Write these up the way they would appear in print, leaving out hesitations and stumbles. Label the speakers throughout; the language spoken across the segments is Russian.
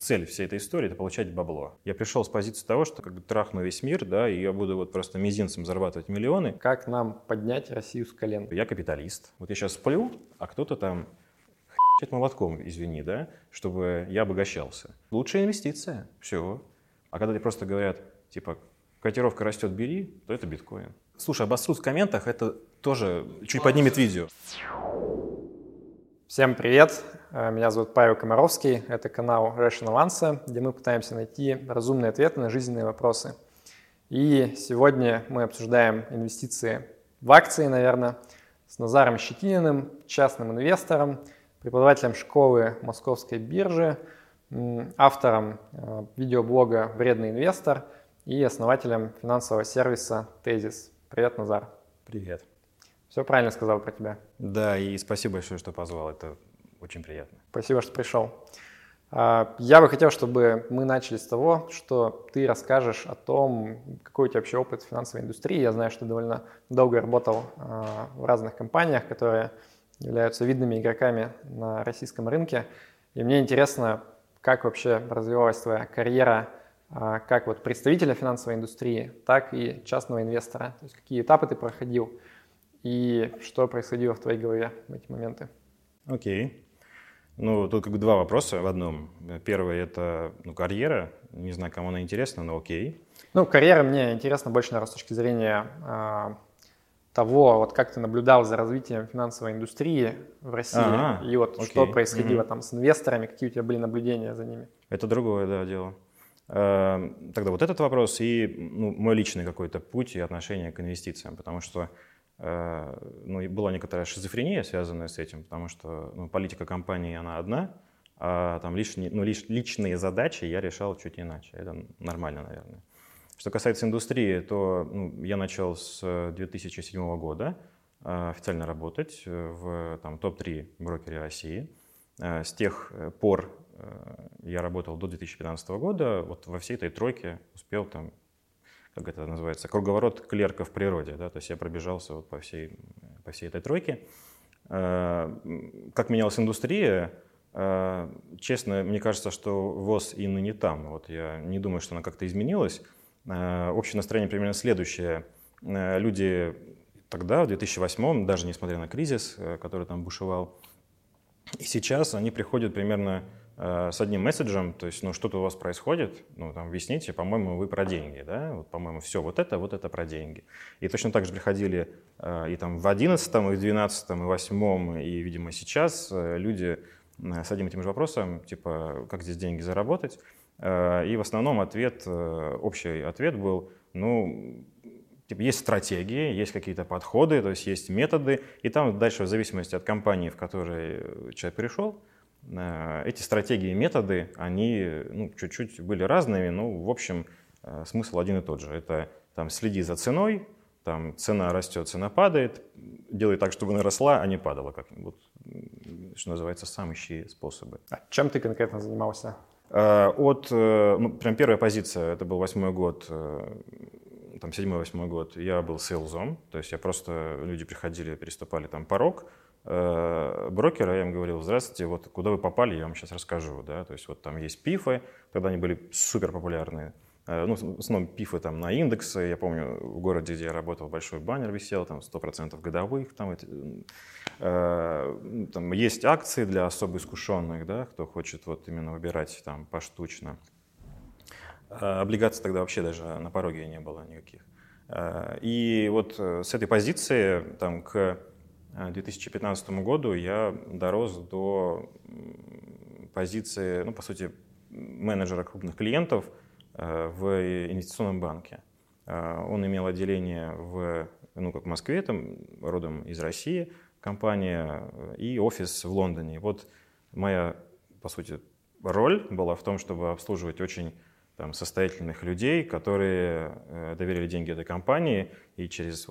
Speaker 1: Цель всей этой истории – это получать бабло. Я пришел с позиции того, что как бы трахну весь мир, да, и я буду вот просто мизинцем зарабатывать миллионы.
Speaker 2: Как нам поднять Россию с колен?
Speaker 1: Я капиталист. Вот я сейчас сплю, а кто-то там молотком, извини, да, чтобы я обогащался. Лучшая инвестиция. Все. А когда тебе просто говорят, типа, котировка растет, бери, то это биткоин. Слушай, обосрут в комментах, это тоже чуть поднимет видео.
Speaker 2: Всем привет! Меня зовут Павел Комаровский. Это канал Rational Answer, где мы пытаемся найти разумные ответы на жизненные вопросы. И сегодня мы обсуждаем инвестиции в акции, наверное, с Назаром Щетининым, частным инвестором, преподавателем школы Московской биржи, автором видеоблога «Вредный инвестор» и основателем финансового сервиса «Тезис». Привет, Назар.
Speaker 1: Привет.
Speaker 2: Все правильно сказал про тебя.
Speaker 1: Да, и спасибо большое, что позвал, это очень приятно.
Speaker 2: Спасибо, что пришел. Я бы хотел, чтобы мы начали с того, что ты расскажешь о том, какой у тебя вообще опыт в финансовой индустрии. Я знаю, что ты довольно долго работал в разных компаниях, которые являются видными игроками на российском рынке. И мне интересно, как вообще развивалась твоя карьера как вот представителя финансовой индустрии, так и частного инвестора. То есть какие этапы ты проходил и что происходило в твоей голове в эти моменты.
Speaker 1: Окей. Ну, тут как бы два вопроса в одном. Первый — это карьера. Не знаю, кому она интересна, но окей.
Speaker 2: Ну, карьера мне интересна больше, наверное, с точки зрения того, вот как ты наблюдал за развитием финансовой индустрии в России, и вот что происходило там с инвесторами, какие у тебя были наблюдения за ними.
Speaker 1: Это другое, да, дело. Тогда вот этот вопрос и мой личный какой-то путь и отношение к инвестициям, потому что была некоторая шизофрения, связанная с этим, потому что политика компании, она одна, а там личные задачи я решал чуть иначе. Это нормально, наверное. Что касается индустрии, то я начал с 2007 года официально работать в топ-3 брокере России. С тех пор я работал до 2015 года. Вот во всей этой тройке успел там, как это называется, круговорот клерка в природе, да, то есть я пробежался вот по всей этой тройке. Как менялась индустрия? Честно, мне кажется, что ВОЗ и ныне там. Вот я не думаю, что она как-то изменилась. Общее настроение примерно следующее. Люди тогда, в 2008-м, даже несмотря на кризис, который там бушевал, и сейчас они приходят примерно с одним месседжем, то есть, что-то у вас происходит, объясните, по-моему, вы про деньги, да, вот, по-моему, все, вот это про деньги. И точно так же приходили и там в 11-м, и в 12-м, и в 8-м, и, видимо, сейчас люди с одним и тем же вопросом, типа, как здесь деньги заработать, и в основном общий ответ был, есть стратегии, есть какие-то подходы, то есть есть методы, и там дальше в зависимости от компании, в которой человек пришел, эти стратегии и методы, они чуть-чуть были разными, но в общем смысл один и тот же. Это следи за ценой, цена растет, цена падает, делай так, чтобы она росла, а не падала, что называется, сам ищи способы.
Speaker 2: А чем ты конкретно занимался?
Speaker 1: Прям первая позиция, это был 8-й год, 7-8 год, я был сейлзом, то есть люди приходили, переступали порог брокера, я им говорил: здравствуйте, вот куда вы попали, я вам сейчас расскажу, да, то есть вот там есть пифы, тогда они были супер популярные, в основном пифы на индексы, я помню, в городе, где я работал, большой баннер висел, 100% годовых, есть акции для особо искушенных, да, кто хочет вот именно выбирать поштучно. Облигаций тогда вообще даже на пороге не было никаких. И вот с этой позиции к 2015 году я дорос до позиции, по сути, менеджера крупных клиентов в инвестиционном банке. Он имел отделение как в Москве, родом из России, компания, и офис в Лондоне. Вот моя, по сути, роль была в том, чтобы обслуживать очень состоятельных людей, которые доверили деньги этой компании, и через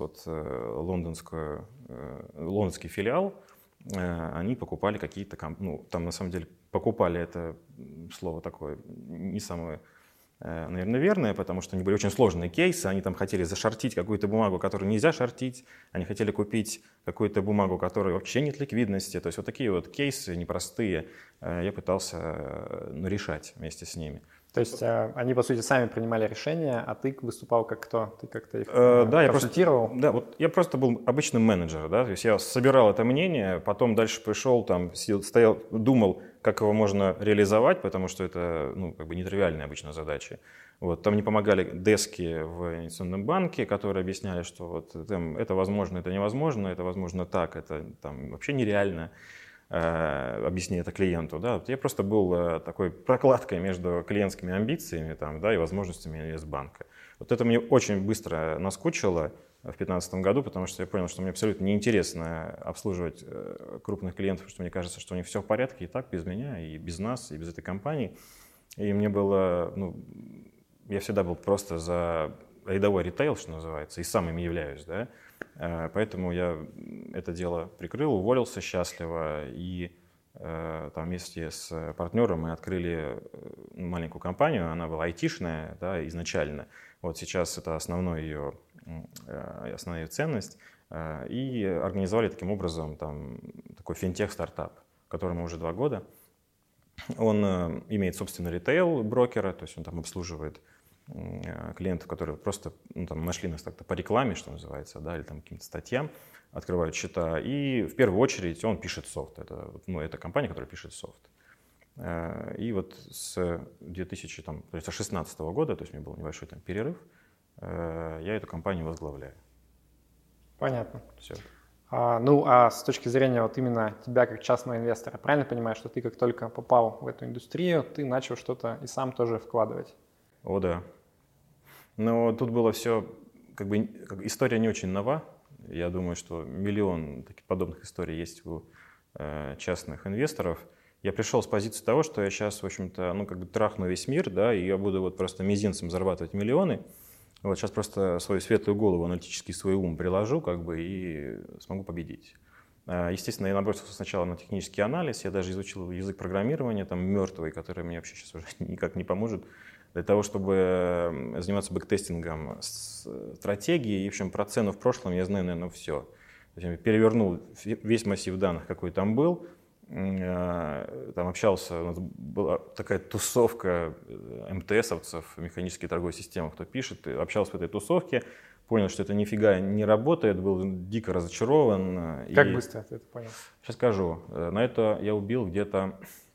Speaker 1: лондонский филиал они покупали какие-то, на самом деле покупали, это слово такое не самое наверное, верное, потому что они были очень сложные кейсы, они там хотели зашортить какую-то бумагу, которую нельзя шортить, они хотели купить какую-то бумагу, которой вообще нет ликвидности, то есть вот такие вот кейсы непростые я пытался решать вместе с ними.
Speaker 2: То есть они, по сути, сами принимали решения, а ты выступал как кто? Ты как-то их
Speaker 1: да,
Speaker 2: консультировал?
Speaker 1: Я просто был обычным менеджером, да, то есть я собирал это мнение, потом дальше пришел, там, стоял, думал, как его можно реализовать, потому что это, как бы нетривиальные обычно задачи. Вот, там мне помогали дески в инвестиционном банке, которые объясняли, что вот, там, это возможно, это невозможно, это возможно так, это там, вообще нереально. Объясни это клиенту. Да? Вот я просто был такой прокладкой между клиентскими амбициями там, да, и возможностями инвестбанка. Вот это мне очень быстро наскучило в 2015 году, потому что я понял, что мне абсолютно неинтересно обслуживать крупных клиентов, потому что мне кажется, что у них все в порядке и так, без меня, и без нас, и без этой компании. И мне было, я всегда был просто за рядовой ритейл, что называется, и сам им являюсь, да. Поэтому я это дело прикрыл, уволился счастливо, и там вместе с партнером мы открыли маленькую компанию, она была айтишная, да, изначально. Вот сейчас это основная ее ценность, и организовали таким образом там, такой финтех-стартап, которому уже 2 года. Он имеет собственный ритейл-брокера, то есть он там обслуживает клиентов, которые просто там, нашли нас так-то по рекламе, что называется, да, или там каким-то статьям, открывают счета, и в первую очередь он пишет софт. Это компания, которая пишет софт. И вот с 2016 года, то есть у меня был небольшой там перерыв, я эту компанию возглавляю.
Speaker 2: Понятно.
Speaker 1: Все.
Speaker 2: А с точки зрения вот именно тебя как частного инвестора, правильно понимаю, что ты как только попал в эту индустрию, ты начал что-то и сам тоже вкладывать?
Speaker 1: О, да. Но тут было все, история не очень нова. Я думаю, что миллион таких подобных историй есть у частных инвесторов. Я пришел с позиции того, что я сейчас, в общем-то, трахну весь мир, да, и я буду вот просто мизинцем зарабатывать миллионы. Вот сейчас просто свою светлую голову, аналитический свой ум приложу, и смогу победить. Естественно, я набросился сначала на технический анализ, я даже изучил язык программирования, там, мертвый, который мне вообще сейчас уже никак не поможет для того, чтобы заниматься бэктестингом стратегии. И, в общем, про цену в прошлом я знаю, наверное, все. То есть я перевернул весь массив данных, какой там был, там общался, у нас была такая тусовка МТСовцев, механические торговые системы, кто пишет, общался в этой тусовке, понял, что это нифига не работает, был дико разочарован.
Speaker 2: Как быстро ты это понял?
Speaker 1: Сейчас скажу. На это я убил где-то,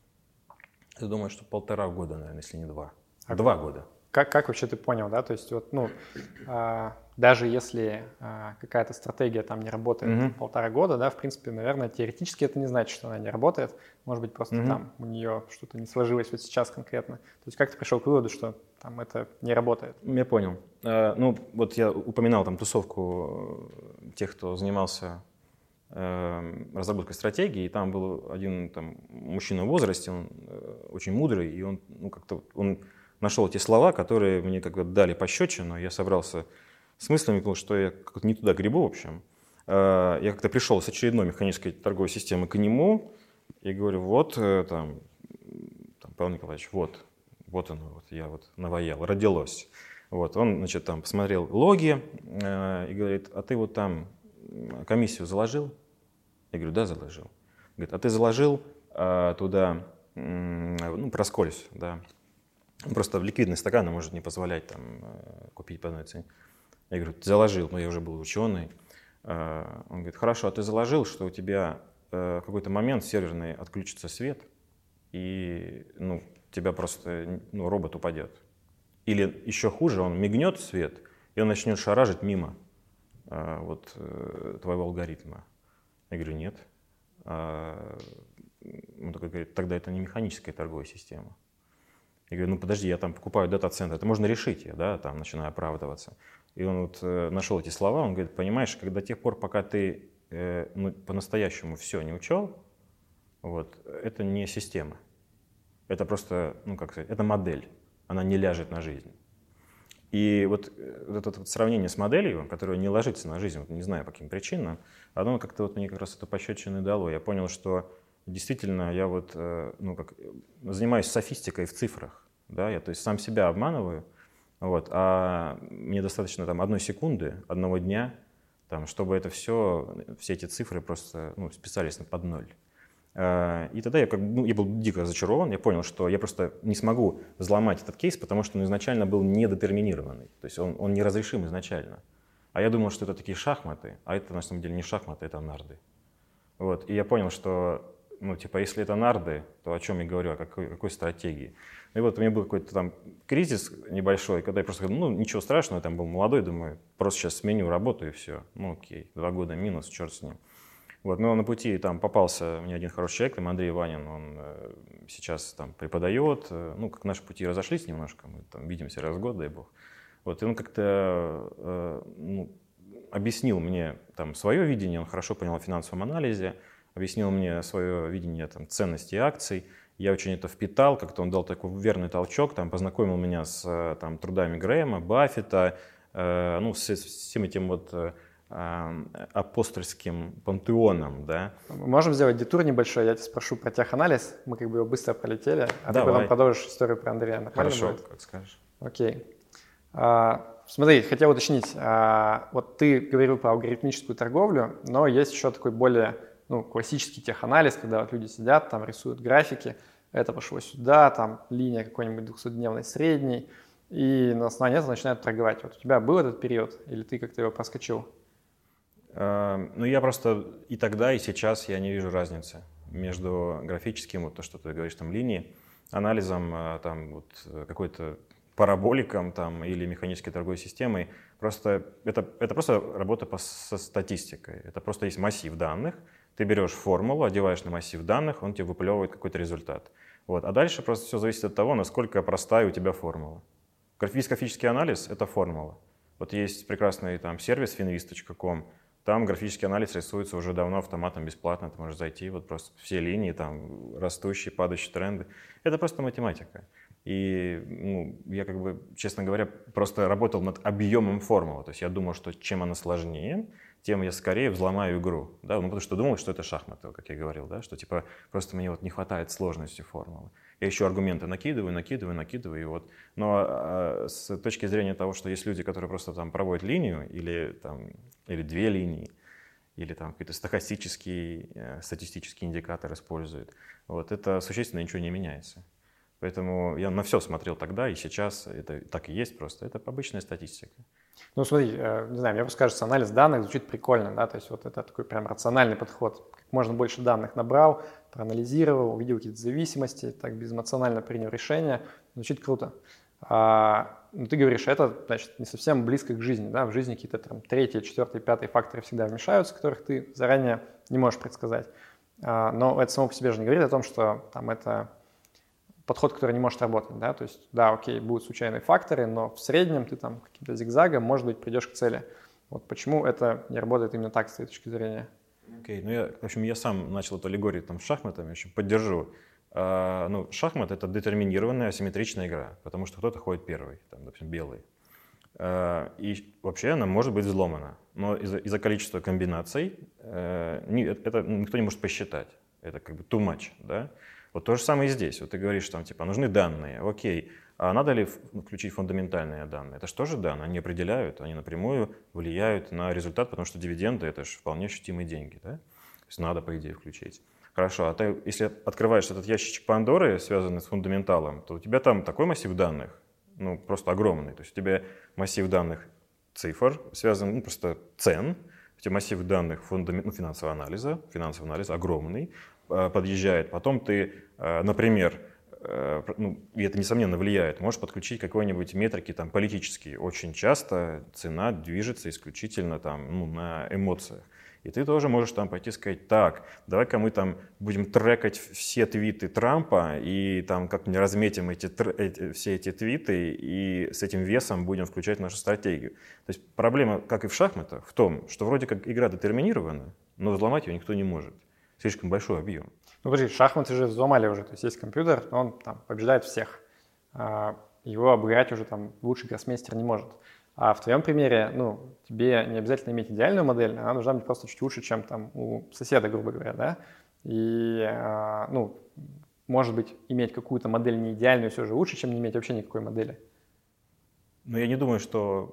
Speaker 1: я думаю, что 1,5 года, наверное, если не 2. 2 года.
Speaker 2: Как вообще ты понял, да? То есть вот, даже если какая-то стратегия там не работает 1,5 года, да, в принципе, наверное, теоретически это не значит, что она не работает. Может быть, просто там у нее что-то не сложилось вот сейчас конкретно. То есть как ты пришел к выводу, что там это не работает?
Speaker 1: Я понял. Вот я упоминал там тусовку тех, кто занимался разработкой стратегии, и там был один там мужчина в возрасте, он очень мудрый, и он он нашел те слова, которые мне дали пощечину. Я собрался с мыслями, потому что я не туда гребу, в общем. Я как-то пришел с очередной механической торговой системы к нему и говорю, вот, там Павел Николаевич, вот оно, вот я вот наваял, родилось. Вот, он, значит, там посмотрел логи и говорит, а ты вот там комиссию заложил? Я говорю, да, заложил. Говорит, а ты заложил туда, проскользь, да. Просто ликвидность стакана может не позволять там купить по одной цене. Я говорю, ты заложил, но я уже был ученый. Он говорит, хорошо, а ты заложил, что у тебя в какой-то момент серверный отключится свет, и у тебя просто робот упадет. Или еще хуже, он мигнет свет, и он начнет шаражить мимо твоего алгоритма. Я говорю, нет. Он такой говорит, тогда это не механическая торговая система. Я говорю, подожди, я там покупаю дата-центр, это можно решить, я, да, там начинаю оправдываться. И он нашел эти слова, он говорит, понимаешь, до тех пор, пока ты по-настоящему все не учел, это не система. Это просто, это модель, она не ляжет на жизнь. И это сравнение с моделью, которая не ложится на жизнь, не знаю по каким причинам, оно как-то мне как раз это пощечину дало. Я понял, что действительно я занимаюсь софистикой в цифрах. да, я, то есть, сам себя обманываю, вот, а мне достаточно там 1 секунды, 1 дня, там, чтобы это все эти цифры просто списались под ноль. И тогда я был дико разочарован, я понял, что я просто не смогу взломать этот кейс, потому что он изначально был недетерминированный, то есть он неразрешим изначально. А я думал, что это такие шахматы, а это на самом деле не шахматы, это нарды. Вот. И я понял, что если это нарды, то о чем я говорю, о какой стратегии. И вот у меня был какой-то там кризис небольшой, когда я просто говорю, ничего страшного, я там был молодой, думаю, просто сейчас сменю работу и все. Окей, 2 года минус, черт с ним. Вот, но на пути там попался мне один хороший человек, там Андрей Ванин, он сейчас там преподает, как наши пути разошлись немножко, мы там видимся раз в год, дай бог. Вот, и он как-то объяснил мне там свое видение, он хорошо понял о финансовом анализе, объяснил мне свое видение там, ценностей акций. Я очень это впитал, как-то он дал такой верный толчок, там, познакомил меня с там, трудами Грэма, Баффета, с всем этим вот апостольским пантеоном. Да.
Speaker 2: Можем сделать детур небольшой, я тебя спрошу про теханализ, мы как бы его быстро пролетели, а
Speaker 1: Давай.
Speaker 2: ты потом продолжишь историю про Андрея. Нормально
Speaker 1: Хорошо,
Speaker 2: будет?
Speaker 1: как скажешь.
Speaker 2: Окей. Смотри, хотел уточнить, вот ты говорил про алгоритмическую торговлю, но есть еще такой более классический теханализ, когда вот люди сидят, там рисуют графики, это пошло сюда, там линия какой-нибудь 200-дневной средней, и на основании этого начинают торговать. Вот у тебя был этот период, или ты как-то его проскочил?
Speaker 1: Я просто и тогда, и сейчас я не вижу разницы между графическим, вот то, что ты говоришь, там линии, анализом, там вот какой-то параболиком там, или механической торговой системой. Просто это просто работа со статистикой. Это просто есть массив данных. Ты берешь формулу, одеваешь на массив данных, он тебе выплевывает какой-то результат. Вот. А дальше просто все зависит от того, насколько простая у тебя формула. Весь графический анализ — это формула. Вот есть прекрасный там сервис finvista.com, там графический анализ рисуется уже давно автоматом, бесплатно. Ты можешь зайти, вот просто все линии, там растущие, падающие тренды. Это просто математика. И я, честно говоря, просто работал над объемом формулы. То есть я думал, что чем она сложнее, тем я скорее взломаю игру. Да? Потому что думал, что это шахматы, как я говорил, да? Что просто мне вот не хватает сложности формулы. Я еще аргументы накидываю. И вот. Но с точки зрения того, что есть люди, которые просто там проводят линию или 2 линии, или там какой-то статистический индикатор используют, вот, это существенно ничего не меняется. Поэтому я на все смотрел тогда, и сейчас это так и есть просто. Это обычная статистика.
Speaker 2: Смотри, не знаю, мне просто кажется, анализ данных звучит прикольно, да, то есть вот это такой прям рациональный подход. Как можно больше данных набрал, проанализировал, увидел какие-то зависимости, так безэмоционально принял решение, звучит круто. Но ты говоришь, это, значит, не совсем близко к жизни, да, в жизни какие-то там 3-й, 4-й, 5-й факторы всегда вмешаются, которых ты заранее не можешь предсказать. Но это само по себе же не говорит о том, что там это подход, который не может работать, да, то есть, да, окей, будут случайные факторы, но в среднем ты там каким-то зигзагом, может быть, придешь к цели. Вот почему это не работает именно так, с твоей точки зрения?
Speaker 1: Окей, я сам начал эту аллегорию там с шахматами, еще поддержу. Шахмат — это детерминированная асимметричная игра, потому что кто-то ходит первый, там, допустим, белый. И вообще она может быть взломана, но из-за количества комбинаций это никто не может посчитать. Это too much, да? Вот то же самое и здесь. Вот ты говоришь, там, нужны данные. Окей, а надо ли включить фундаментальные данные? Это же тоже данные, они определяют, они напрямую влияют на результат, потому что дивиденды — это же вполне ощутимые деньги, да? То есть надо, по идее, включить. Хорошо, а ты, если открываешь этот ящичек Пандоры, связанный с фундаменталом, то у тебя там такой массив данных, просто огромный. То есть у тебя массив данных цифр, связан, просто цен, у тебя массив данных финансового анализа огромный, подъезжает. Потом ты, например, и это несомненно влияет, можешь подключить какой-нибудь метрики там, политические. Очень часто цена движется исключительно там, на эмоциях. И ты тоже можешь там пойти сказать, так, давай-ка мы там будем трекать все твиты Трампа и там как-нибудь разметим все эти твиты и с этим весом будем включать в нашу стратегию. То есть проблема, как и в шахматах, в том, что вроде как игра детерминирована, но взломать ее никто не может. Слишком большой объем.
Speaker 2: Подожди, шахматы же взломали уже, то есть компьютер, он там побеждает всех. Его обыграть уже там лучший гроссмейстер не может. А в твоем примере, тебе не обязательно иметь идеальную модель, она должна быть просто чуть лучше, чем там у соседа, грубо говоря, да? И, может быть, иметь какую-то модель не идеальную все же лучше, чем не иметь вообще никакой модели?
Speaker 1: Но я не думаю, что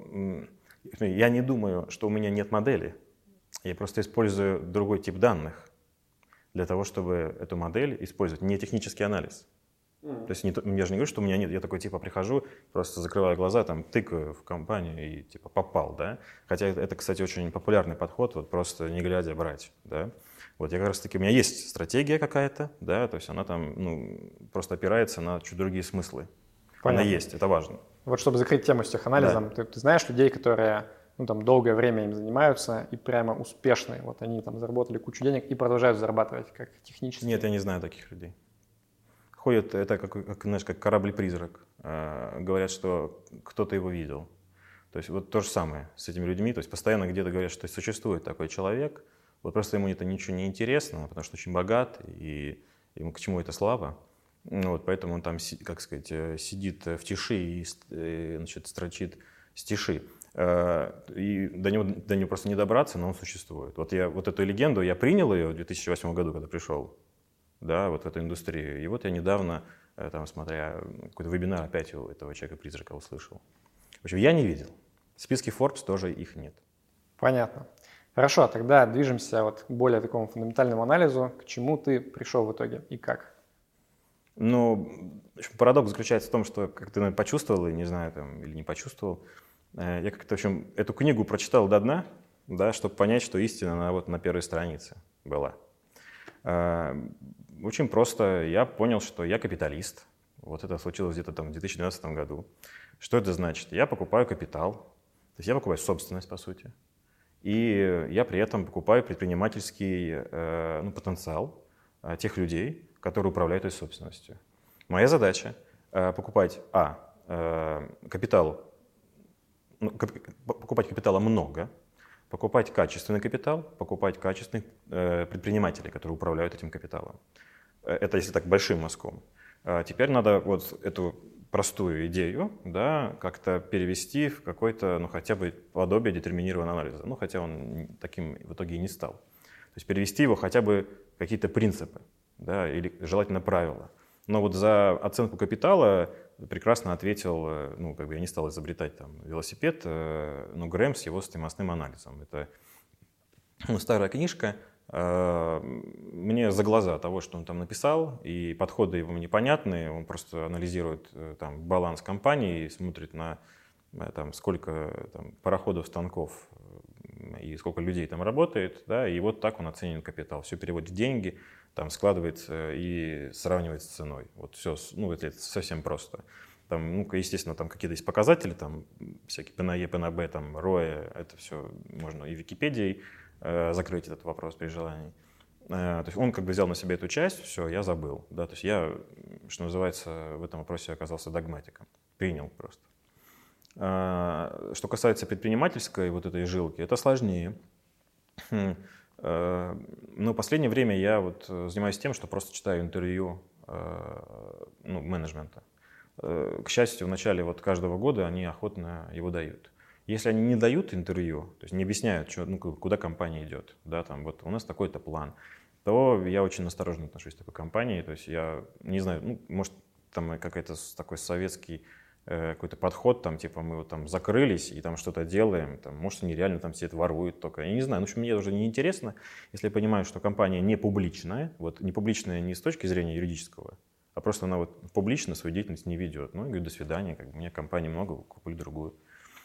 Speaker 1: у меня нет модели. Я просто использую другой тип данных для того, чтобы эту модель использовать. Не технический анализ. То есть я же не говорю, что у меня нет. Я такой типа прихожу, просто закрываю глаза, там тыкаю в компанию и типа попал, да. Хотя это, кстати, очень популярный подход, вот просто не глядя брать, да. Вот я как раз таки, у меня есть стратегия какая-то, да, то есть она там, просто опирается на чуть другие смыслы.
Speaker 2: Понятно.
Speaker 1: Она есть, это важно.
Speaker 2: Вот чтобы закрыть тему с теханализом,
Speaker 1: Да.
Speaker 2: ты знаешь людей, которые долгое время им занимаются и прямо успешны. Вот они там заработали кучу денег и продолжают зарабатывать как технически.
Speaker 1: Нет, я не знаю таких людей. Ходят, это знаешь, как корабль-призрак. Говорят, что кто-то его видел. То есть вот то же самое с этими людьми. То есть постоянно где-то говорят, что существует такой человек. Вот просто ему это ничего не интересно, потому что очень богат, и ему к чему это слава. Вот, поэтому он там, как сказать, сидит в тиши и значит, строчит стиши. И до него просто не добраться, но он существует. Вот эту легенду, я принял ее в 2008 году, когда пришел, да, вот в эту индустрию. И вот я недавно, там, смотря какой-то вебинар, опять у этого человека-призрака услышал. В общем, я не видел. В списке Forbes тоже их нет.
Speaker 2: Понятно. Хорошо, тогда движемся вот к более такому фундаментальному анализу. К чему ты пришел в итоге и как?
Speaker 1: Ну, парадокс заключается в том, что как ты, наверное, почувствовал, или не знаю, там, или не почувствовал, я как-то, в общем, эту книгу прочитал до дна, да, чтобы понять, что истина она вот на первой странице была. Очень просто я понял, что я капиталист. Вот это случилось где-то там в 2012 году. Что это значит? Я покупаю капитал, то есть я покупаю собственность, по сути. И я при этом покупаю предпринимательский потенциал тех людей, которые управляют этой собственностью. Моя задача покупать покупать капитала много, покупать качественный капитал, покупать качественных предпринимателей, которые управляют этим капиталом. Это если так большим мазком. Теперь надо вот эту простую идею, да, как-то перевести в какой-то, хотя бы подобие детерминированного анализа. Хотя он таким в итоге и не стал. То есть перевести его хотя бы в какие-то принципы, да, или желательно правила. Но вот за оценку капитала прекрасно ответил, я не стал изобретать там велосипед, Грэм с его стоимостным анализом. Это старая книжка, мне за глаза того, что он там написал, и подходы его непонятные, он просто анализирует там баланс компании, смотрит на сколько там пароходов, станков и сколько людей там работает, да, и вот так он оценивает капитал. Все переводит в деньги, там складывается и сравнивает с ценой. Вот все, это совсем просто. Там, естественно, там какие-то есть показатели, там всякие ПНЕ, ПНБ, там РОЭ, это все можно и Википедией закрыть этот вопрос при желании. То есть он взял на себя эту часть, все, я забыл. Да, то есть я, что называется, в этом вопросе оказался догматиком. Принял просто. Что касается предпринимательской вот этой жилки, это сложнее. Но в последнее время я занимаюсь тем, что просто читаю интервью менеджмента. К счастью, в начале каждого года они охотно его дают. Если они не дают интервью, то есть не объясняют, куда компания идет, да, там у нас такой-то план, то я очень осторожно отношусь к такой компании. То есть я не знаю, может там какой-то такой советский какой-то подход, там типа мы там закрылись и там что-то делаем, там, может они реально там все это воруют только, я не знаю, в общем, мне уже не интересно, если я понимаю, что компания не публичная, не публичная не с точки зрения юридического, а просто она публично свою деятельность не ведет. Я говорю, до свидания, у меня компании много, куплю другую.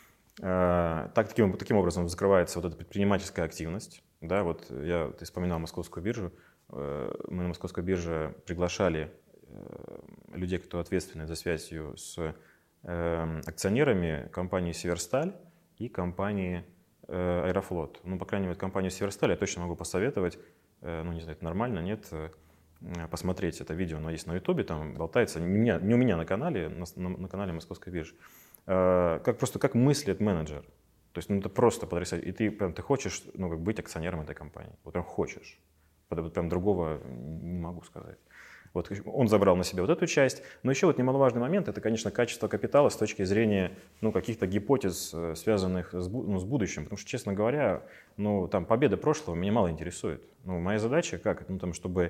Speaker 1: Таким образом закрывается эта предпринимательская активность. Да, ты вспоминал Московскую биржу. Мы на Московской бирже приглашали людей, кто ответственны за связью с акционерами компании «Северсталь» и компании «Аэрофлот». По крайней мере, компанию «Северсталь» я точно могу посоветовать. Не знаю, это нормально, нет, посмотреть это видео, оно есть на Ютубе, там болтается, не у меня на канале, на канале Московской биржи. Как мыслит менеджер. То есть это просто потрясающе. И ты хочешь быть акционером этой компании. Прям хочешь. Прям другого не могу сказать. Он забрал на себя эту часть. Но еще немаловажный момент, это, конечно, качество капитала с точки зрения каких-то гипотез, связанных с будущим. Потому что, честно говоря, победа прошлого меня мало интересует. Моя задача чтобы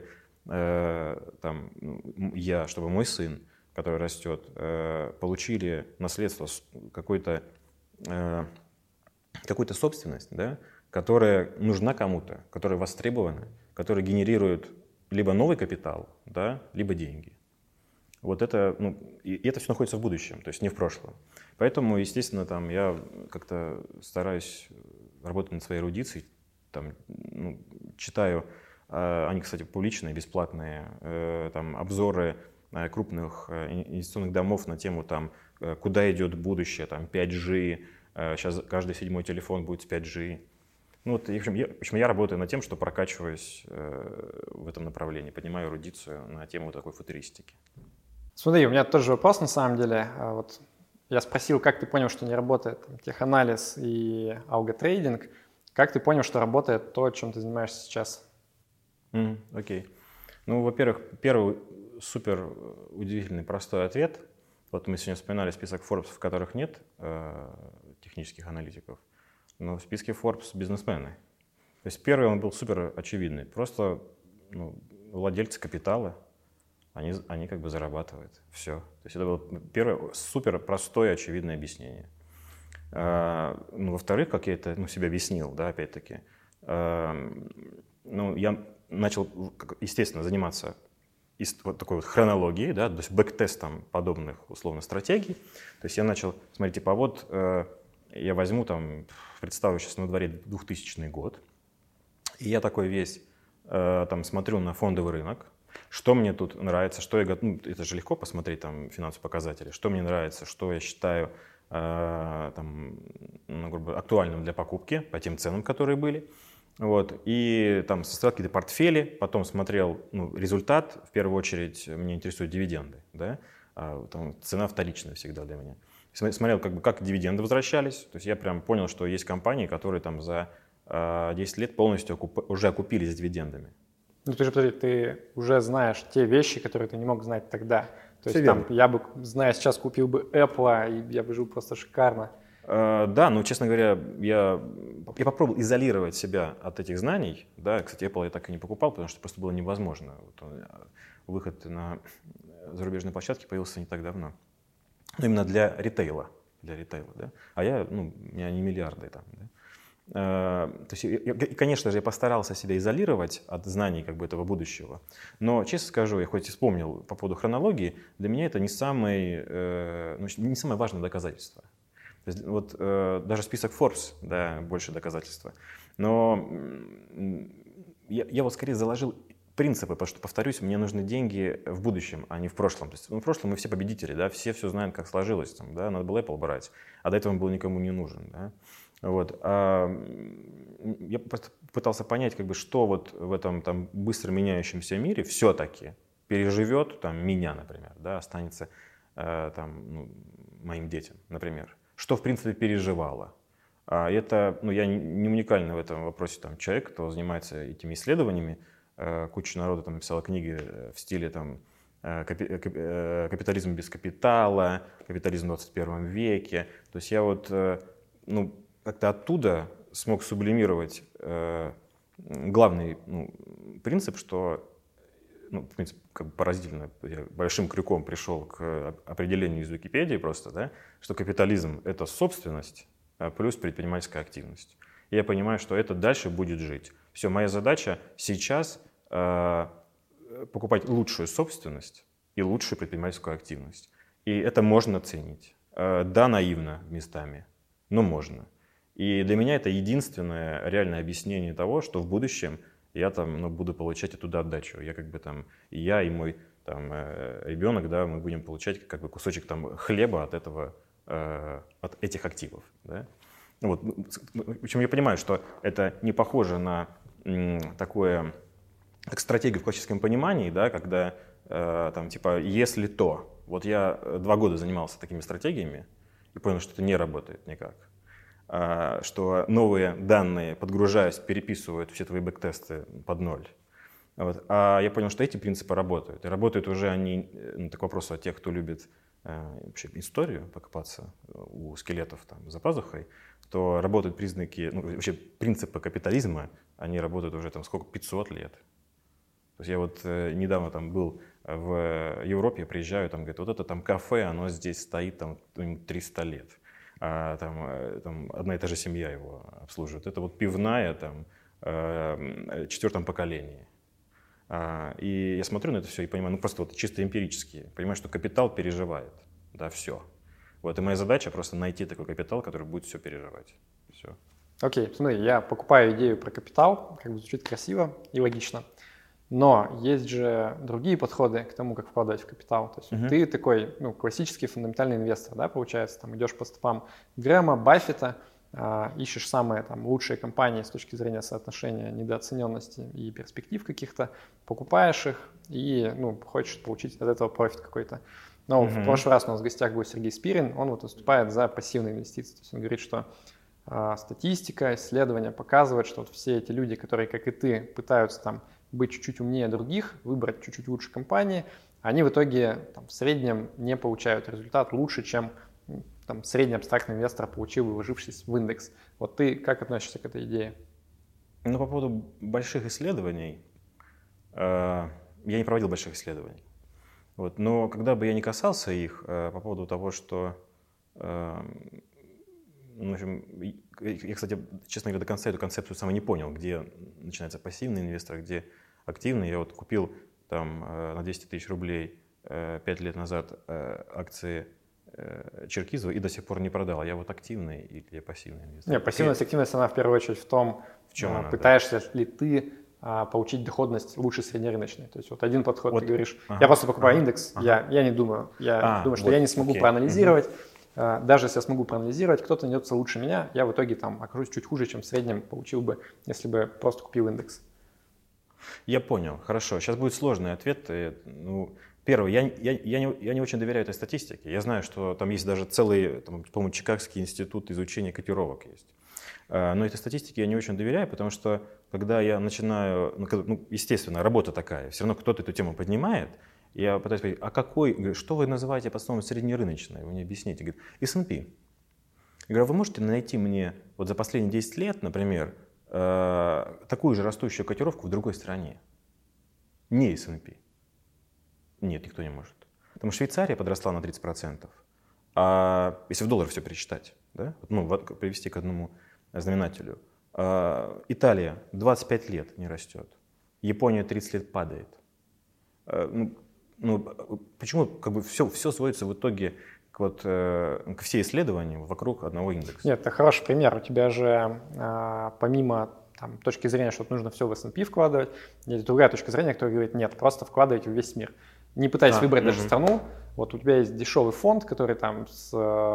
Speaker 1: там, чтобы мой сын, который растет, получили наследство, какую-то собственность, да, которая нужна кому-то, которая востребована, которая генерирует либо новый капитал, да, либо деньги. Вот это, и это все находится в будущем, то есть не в прошлом. Поэтому, естественно, там я как-то стараюсь работать над своей эрудицией, там, читаю, они, кстати, публичные, бесплатные, там, обзоры крупных инвестиционных домов на тему, там, куда идет будущее, там, 5G, сейчас каждый 7-й телефон будет с 5G. В общем, я работаю над тем, что прокачиваюсь в этом направлении, поднимаю эрудицию на тему такой футуристики.
Speaker 2: Смотри, у меня тоже вопрос на самом деле. Вот я спросил, как ты понял, что не работает теханализ и алготрейдинг. Как ты понял, что работает то, чем ты занимаешься сейчас?
Speaker 1: Окей. Во-первых, первый супер удивительный простой ответ. Вот мы сегодня вспоминали список Forbes, в которых нет технических аналитиков, но в списке Forbes бизнесмены. То есть первый он был супер очевидный. Просто владельцы капитала, они как бы зарабатывают. Все. То есть это было первое супер простое очевидное объяснение. Во-вторых, как я это себя объяснил, да, опять-таки, я начал, естественно, заниматься вот такой вот хронологией, да, то есть бэктестом подобных условно стратегий. То есть я начал смотреть, я возьму представлю сейчас на дворе 2000 год, и я такой весь смотрю на фондовый рынок, что мне тут нравится, что я это же легко посмотреть финансовые показатели, что мне нравится, что я считаю актуальным для покупки по тем ценам, которые были. Вот. И составлял какие-то портфели, потом смотрел результат, в первую очередь меня интересуют дивиденды, да? Цена вторичная всегда для меня. Смотрел, как дивиденды возвращались, то есть я прям понял, что есть компании, которые за 10 лет полностью уже окупились дивидендами.
Speaker 2: Ты же, подожди, ты уже знаешь те вещи, которые ты не мог знать тогда. То есть я бы, зная сейчас, купил бы Apple, и я бы жил просто шикарно.
Speaker 1: Да, честно говоря, я попробовал изолировать себя от этих знаний. Да, кстати, Apple я так и не покупал, потому что просто было невозможно. Выход на зарубежные площадки появился не так давно. Именно для ритейла. Да? А у меня не миллиарды там. Да? То есть, конечно же, я постарался себя изолировать от знаний этого будущего. Но, честно скажу, я хоть и вспомнил по поводу хронологии, для меня это не самое важное доказательство. То есть, даже список Forbes, да, больше доказательства. Но я скорее заложил принципы, потому что, повторюсь, мне нужны деньги в будущем, а не в прошлом. То есть в прошлом мы все победители, да, все знают, как сложилось. Да, надо было Apple брать, а до этого он был никому не нужен. Да. Вот. Я пытался понять, что в этом быстро меняющемся мире все-таки переживет меня, например, да, останется моим детям, например. Что, в принципе, переживало. Это, я не уникальный в этом вопросе человек, кто занимается этими исследованиями. Куча народа написала книги в стиле «Капитализм без капитала», «Капитализм в 21 веке». То есть я как-то оттуда смог сублимировать главный принцип, что, в принципе, поразительно, я большим крюком пришел к определению из Википедии просто, да, что капитализм — это собственность плюс предпринимательская активность. И я понимаю, что это дальше будет жить. Все, моя задача сейчас покупать лучшую собственность и лучшую предпринимательскую активность. И это можно ценить. Да, наивно местами, но можно. И для меня это единственное реальное объяснение того, что в будущем я буду получать оттуда отдачу. Я и мой ребенок, да, мы будем получать кусочек хлеба от этих активов. Да? Причем я понимаю, что это не похоже на такое, как стратегию в классическом понимании, да, когда если то. Вот я 2 года занимался такими стратегиями и понял, что это не работает никак. Что новые данные, подгружаясь, переписывают все твои бэктесты под ноль. Вот. А я понял, что эти принципы работают. И работают уже они, к вопросу о тех, кто любит вообще историю покопаться у скелетов за пазухой, то работают признаки, вообще принципы капитализма, они работают уже 500 лет. То есть я вот недавно там был в Европе, приезжаю, там говорят, вот это там кафе, оно здесь стоит там 300 лет. Там одна и та же семья его обслуживает. Это вот пивная там в 4-м поколении. И я смотрю на это все и понимаю, ну просто вот чисто эмпирически, понимаю, что капитал переживает, да, все. Вот и моя задача просто найти такой капитал, который будет все переживать. Все.
Speaker 2: Окей, смотри, я покупаю идею про капитал, как бы звучит красиво и логично. Но есть же другие подходы к тому, как вкладывать в капитал. То есть ты такой, ну, классический фундаментальный инвестор, да, получается, там идешь по стопам Грэма, Баффета, ищешь самые там лучшие компании с точки зрения соотношения недооцененности и перспектив каких-то, покупаешь их и, ну, хочешь получить от этого профит какой-то. Но в прошлый раз у нас в гостях был Сергей Спирин, он вот выступает за пассивные инвестиции. То есть он говорит, что статистика, исследования показывают, что вот все эти люди, которые, как и ты, пытаются там быть чуть-чуть умнее других, выбрать чуть-чуть лучше компании, они в итоге там, в среднем не получают результат лучше, чем там, средний абстрактный инвестор получил, вложившись в индекс. Вот ты как относишься к этой идее?
Speaker 1: Ну, по поводу больших исследований, я не проводил больших исследований. Вот, но когда бы я не касался их по поводу того, что... В общем, я, кстати, честно говоря, до конца эту концепцию сам не понял, где начинается пассивный инвестор, где активный. Я вот купил там на 200 тысяч рублей 5 лет назад акции Черкизова и до сих пор не продал. Я вот активный или пассивный инвестор?
Speaker 2: Нет, пассивность, активность, она в первую очередь в том,
Speaker 1: в чем она,
Speaker 2: пытаешься ли ты получить доходность лучше среднерыночной. То есть вот один подход,
Speaker 1: вот,
Speaker 2: ты говоришь, я просто покупаю индекс, я не думаю, думаю, что я не смогу проанализировать. Даже если я смогу проанализировать, кто-то найдется лучше меня, я в итоге там окажусь чуть хуже, чем в среднем получил бы, если бы просто купил индекс.
Speaker 1: Я понял, хорошо. Сейчас будет сложный ответ. Ну, первый, я не очень доверяю этой статистике. Я знаю, что там есть даже целый, там, по-моему, Чикагский институт изучения котировок есть. Но этой статистике я не очень доверяю, потому что когда я начинаю, ну, естественно, работа такая, все равно кто-то эту тему поднимает, я пытаюсь сказать, а какой, говорю, что вы называете по-основному среднерыночной? Вы мне объясните. Говорит, S&P. Я говорю, вы можете найти мне вот за последние 10 лет, например, такую же растущую котировку в другой стране? Не S&P. Нет, никто не может. Потому что Швейцария подросла на 30%. А если в доллар все пересчитать, да? Ну, привести к одному знаменателю. Италия 25 лет не растет. Япония 30 лет падает. Почему как бы все сводится в итоге ко все исследования вокруг одного индекса?
Speaker 2: Нет, это хороший пример. У тебя же помимо там, точки зрения, что нужно все в S&P вкладывать, есть другая точка зрения, которая говорит, нет, просто вкладывайте в весь мир. Не пытаясь выбрать даже страну, вот у тебя есть дешевый фонд, который там с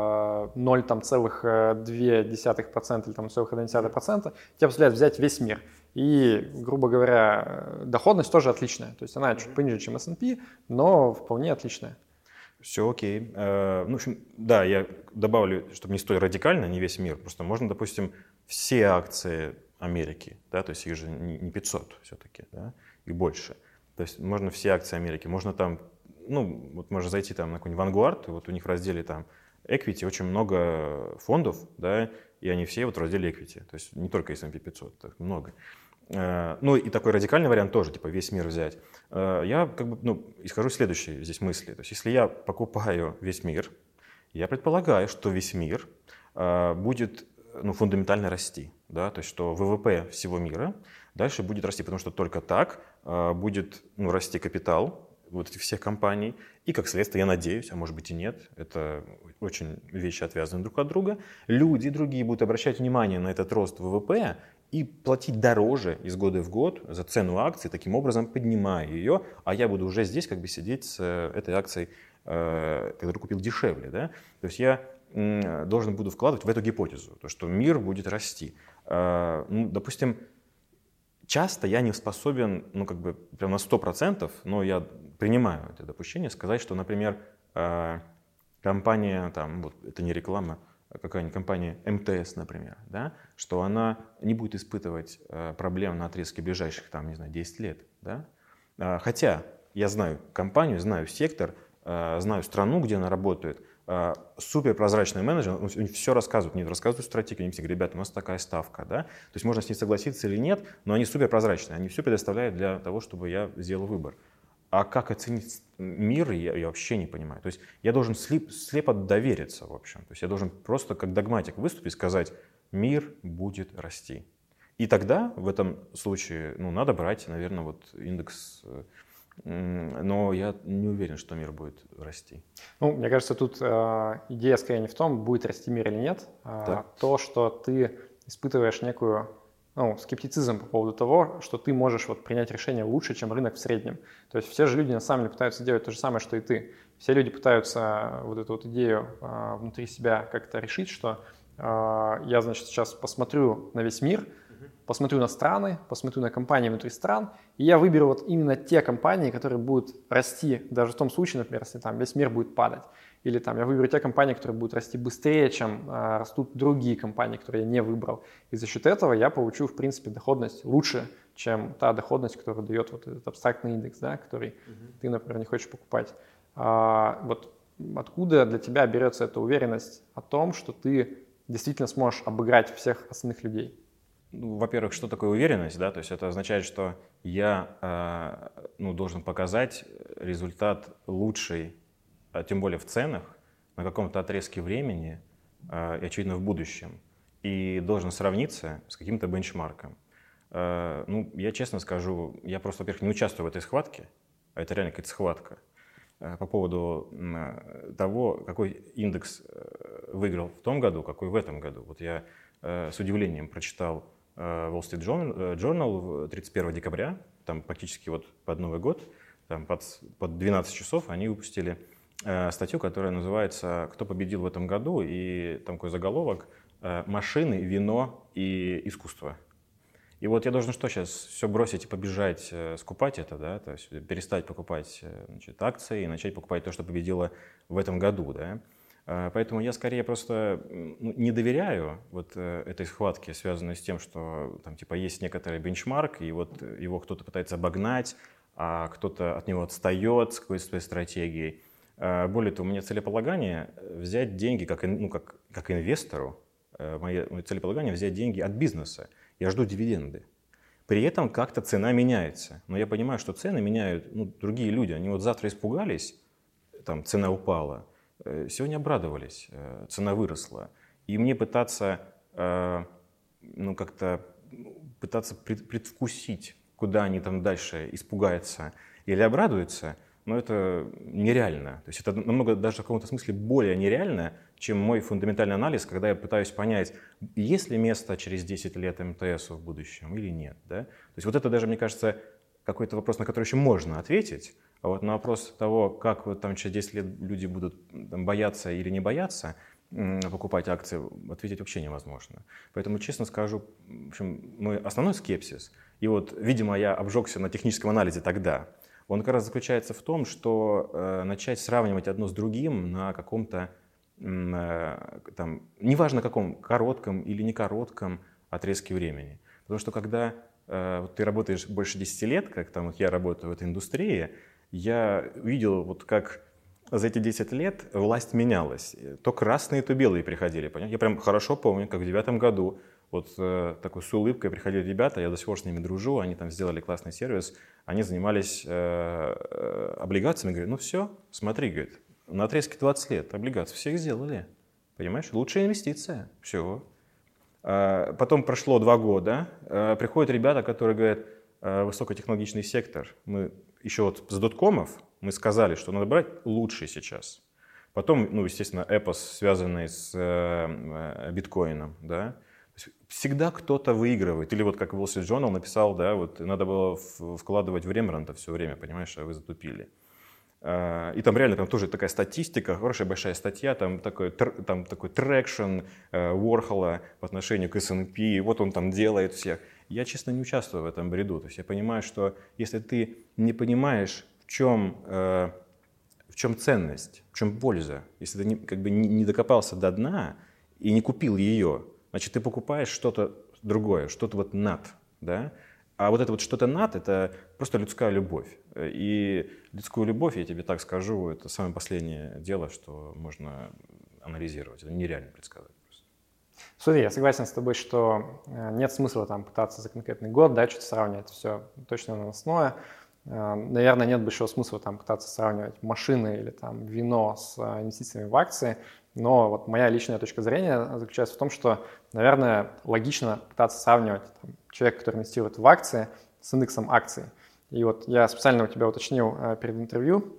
Speaker 2: 0,2% или там 0,1%, тебе позволяет взять весь мир. И, грубо говоря, доходность тоже отличная. То есть она чуть пониже, чем S&P, но вполне отличная.
Speaker 1: Все окей. Ну, в общем, да, я добавлю, чтобы не столь радикально, не весь мир. Просто можно, допустим, все акции Америки, да, то есть их же не 500 все-таки, да, их больше. То есть можно все акции Америки, можно там, ну, вот можно зайти там на какой-нибудь Vanguard, и вот у них в разделе там equity очень много фондов, да, и они все вот в разделе equity, то есть не только S&P 500, так много. Ну и такой радикальный вариант тоже, типа весь мир взять. Я как бы, ну, исхожу из следующей здесь мысли. То есть если я покупаю весь мир, я предполагаю, что весь мир будет, ну, фундаментально расти. Да? То есть что ВВП всего мира дальше будет расти, потому что только так будет, ну, расти капитал вот этих всех компаний. И как следствие, я надеюсь, а может быть и нет, это очень вещи отвязаны друг от друга, люди другие будут обращать внимание на этот рост ВВП и платить дороже из года в год за цену акций, таким образом поднимая ее, а я буду уже здесь как бы сидеть с этой акцией, которую купил дешевле. Да? То есть я должен буду вкладывать в эту гипотезу, то, что мир будет расти. Ну, допустим, часто я не способен, ну, как бы прям на 100%, но я принимаю это допущение, сказать, что, например, компания, там, вот, это не реклама, какая-нибудь компания МТС, например, да, что она не будет испытывать проблем на отрезке ближайших, там, не знаю, 10 лет. Да? Хотя я знаю компанию, знаю сектор, знаю страну, где она работает, суперпрозрачный менеджер, он все рассказывает, не рассказывают стратегию, они все говорят, ребята, у нас такая ставка, да, то есть можно с ней согласиться или нет, но они суперпрозрачные, они все предоставляют для того, чтобы я сделал выбор. А как оценить мир, я вообще не понимаю. То есть я должен слепо довериться, в общем. То есть я должен просто как догматик выступить и сказать, мир будет расти. И тогда в этом случае надо брать, наверное, вот индекс, но я не уверен, что мир будет расти.
Speaker 2: Мне кажется, тут идея скорее не в том, будет расти мир или нет, а то, что ты испытываешь некую скептицизм по поводу того, что ты можешь принять решение лучше, чем рынок в среднем. То есть все же люди на самом деле пытаются делать то же самое, что и ты. Все люди пытаются эту идею внутри себя как-то решить, что я, значит, сейчас посмотрю на весь мир, посмотрю на страны, посмотрю на компании внутри стран, и я выберу именно те компании, которые будут расти, даже в том случае, например, если там весь мир будет падать. Или там я выберу те компании, которые будут расти быстрее, чем растут другие компании, которые я не выбрал. И за счет этого я получу, в принципе, доходность лучше, чем та доходность, которую дает этот абстрактный индекс, да, который ты, например, не хочешь покупать. Откуда для тебя берется эта уверенность о том, что ты действительно сможешь обыграть всех остальных людей?
Speaker 1: Во-первых, что такое уверенность? Да? То есть это означает, что я должен показать результат лучший, тем более в ценах, на каком-то отрезке времени и, очевидно, в будущем. И должен сравниться с каким-то бенчмарком. Я честно скажу, я просто, во-первых, не участвую в этой схватке, а это реально какая-то схватка, по поводу того, какой индекс выиграл в том году, какой в этом году. Вот я с удивлением прочитал Wall Street Journal 31 декабря, там практически под Новый год, там под 12 часов они выпустили статью, которая называется «Кто победил в этом году?» и там такой заголовок «Машины, вино и искусство». И вот я должен что сейчас, все бросить и побежать, скупать это, да, то есть перестать покупать акции и начать покупать то, что победило в этом году, да. Поэтому я скорее просто не доверяю этой схватке, связанной с тем, что там есть некоторый бенчмарк, и его кто-то пытается обогнать, а кто-то от него отстает с какой-то своей стратегией. Более того, у меня целеполагание взять деньги как инвестору, мое целеполагание взять деньги от бизнеса. Я жду дивиденды. При этом как-то цена меняется. Но я понимаю, что цены меняют другие люди. Они завтра испугались, там цена упала. Сегодня обрадовались, цена выросла. И мне пытаться пытаться предвкусить, куда они там дальше испугаются или обрадуются, но это нереально. То есть это намного даже в каком-то смысле более нереально, чем мой фундаментальный анализ, когда я пытаюсь понять, есть ли место через 10 лет МТСу в будущем или нет. Да? То есть это даже, мне кажется, какой-то вопрос, на который еще можно ответить. А на вопрос того, как через 10 лет люди будут бояться или не бояться покупать акции, ответить вообще невозможно. Поэтому, честно скажу, в общем, мой основной скепсис, и видимо, я обжегся на техническом анализе тогда, он как раз заключается в том, что начать сравнивать одно с другим на каком-то, неважно каком, коротком или не коротком отрезке времени. Потому что когда ты работаешь больше 10 лет, как я работаю в этой индустрии, я видел, как за эти 10 лет власть менялась. То красные, то белые приходили. Понимаете? Я прям хорошо помню, как в 2009 году такой с улыбкой приходили ребята, я до сих пор с ними дружу, они там сделали классный сервис, они занимались облигациями, говорят, все, смотри, говорит, на отрезке 20 лет облигации всех сделали, понимаешь, лучшая инвестиция, все. Потом прошло 2 года, приходят ребята, которые говорят, высокотехнологичный сектор, мы еще с доткомов мы сказали, что надо брать лучший сейчас. Потом, естественно, эпос, связанный с биткоином, да. Всегда кто-то выигрывает. Или как Wall Street Journal написал, да, надо было вкладывать в Рембрандта все время, понимаешь, а вы затупили. И там реально тоже такая статистика, хорошая большая статья, там такой трекшн Уорхола по отношению к S&P, он там делает всех. Я, честно, не участвую в этом бреду. То есть я понимаю, что если ты не понимаешь, в чем ценность, в чем польза, если ты не докопался до дна и не купил ее, значит, ты покупаешь что-то другое, что-то над, да? А вот это вот что-то над, это просто людская любовь. И людскую любовь, я тебе так скажу, это самое последнее дело, что можно анализировать. Это нереально предсказать.
Speaker 2: Смотри, я согласен с тобой, что нет смысла там пытаться за конкретный год, да, что-то сравнивать, все точно наносное. Наверное, нет большого смысла там пытаться сравнивать машины или там вино с инвестициями в акции, но вот моя личная точка зрения заключается в том, что, наверное, логично пытаться сравнивать там, человека, который инвестирует в акции, с индексом акций. И вот я специально у тебя уточнил перед интервью,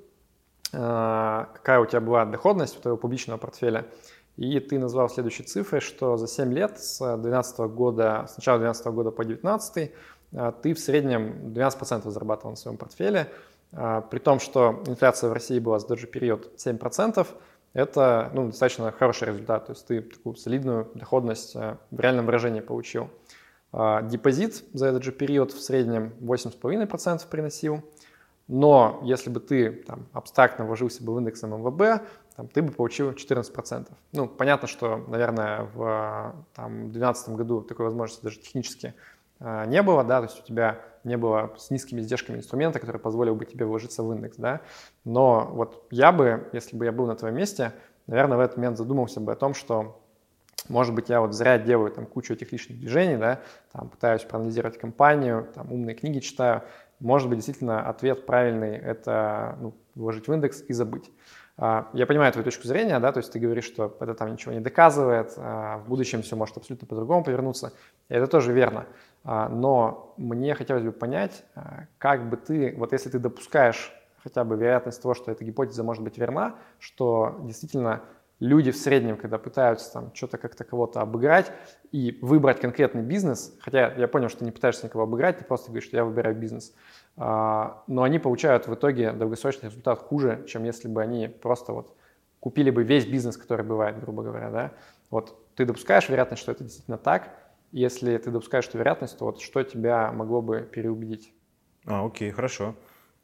Speaker 2: какая у тебя была доходность у твоего публичного портфеля, и ты назвал следующие цифры, что за 7 лет с 2012 года, с начала 2012 года по 2019 ты в среднем 12% зарабатывал на своем портфеле, при том, что инфляция в России была за тот же период 7%, это достаточно хороший результат, то есть ты такую солидную доходность в реальном выражении получил. Депозит за этот же период в среднем 8,5% приносил, но если бы ты там, абстрактно вложился бы в индекс ММВБ, там, ты бы получил 14%. Понятно, что, наверное, в 2012 году такой возможности даже технически не было, да, то есть у тебя не было с низкими издержками инструмента, который позволил бы тебе вложиться в индекс, да, но вот я бы, если бы я был на твоем месте, наверное, в этот момент задумался бы о том, что, может быть, я вот зря делаю там кучу этих лишних движений, да, там пытаюсь проанализировать компанию, там умные книги читаю, может быть, действительно ответ правильный – это вложить в индекс и забыть. Я понимаю твою точку зрения, да, то есть ты говоришь, что это там ничего не доказывает, в будущем все может абсолютно по-другому повернуться, и это тоже верно. Но мне хотелось бы понять, как бы ты, вот если ты допускаешь хотя бы вероятность того, что эта гипотеза может быть верна, что действительно люди в среднем, когда пытаются там что-то как-то кого-то обыграть и выбрать конкретный бизнес, хотя я понял, что ты не пытаешься никого обыграть, ты просто говоришь, что я выбираю бизнес, но они получают в итоге долгосрочный результат хуже, чем если бы они просто вот купили бы весь бизнес, который бывает, грубо говоря, да. Вот ты допускаешь вероятность, что это действительно так? Если ты допускаешь эту вероятность, то вот что тебя могло бы переубедить?
Speaker 1: Окей, хорошо.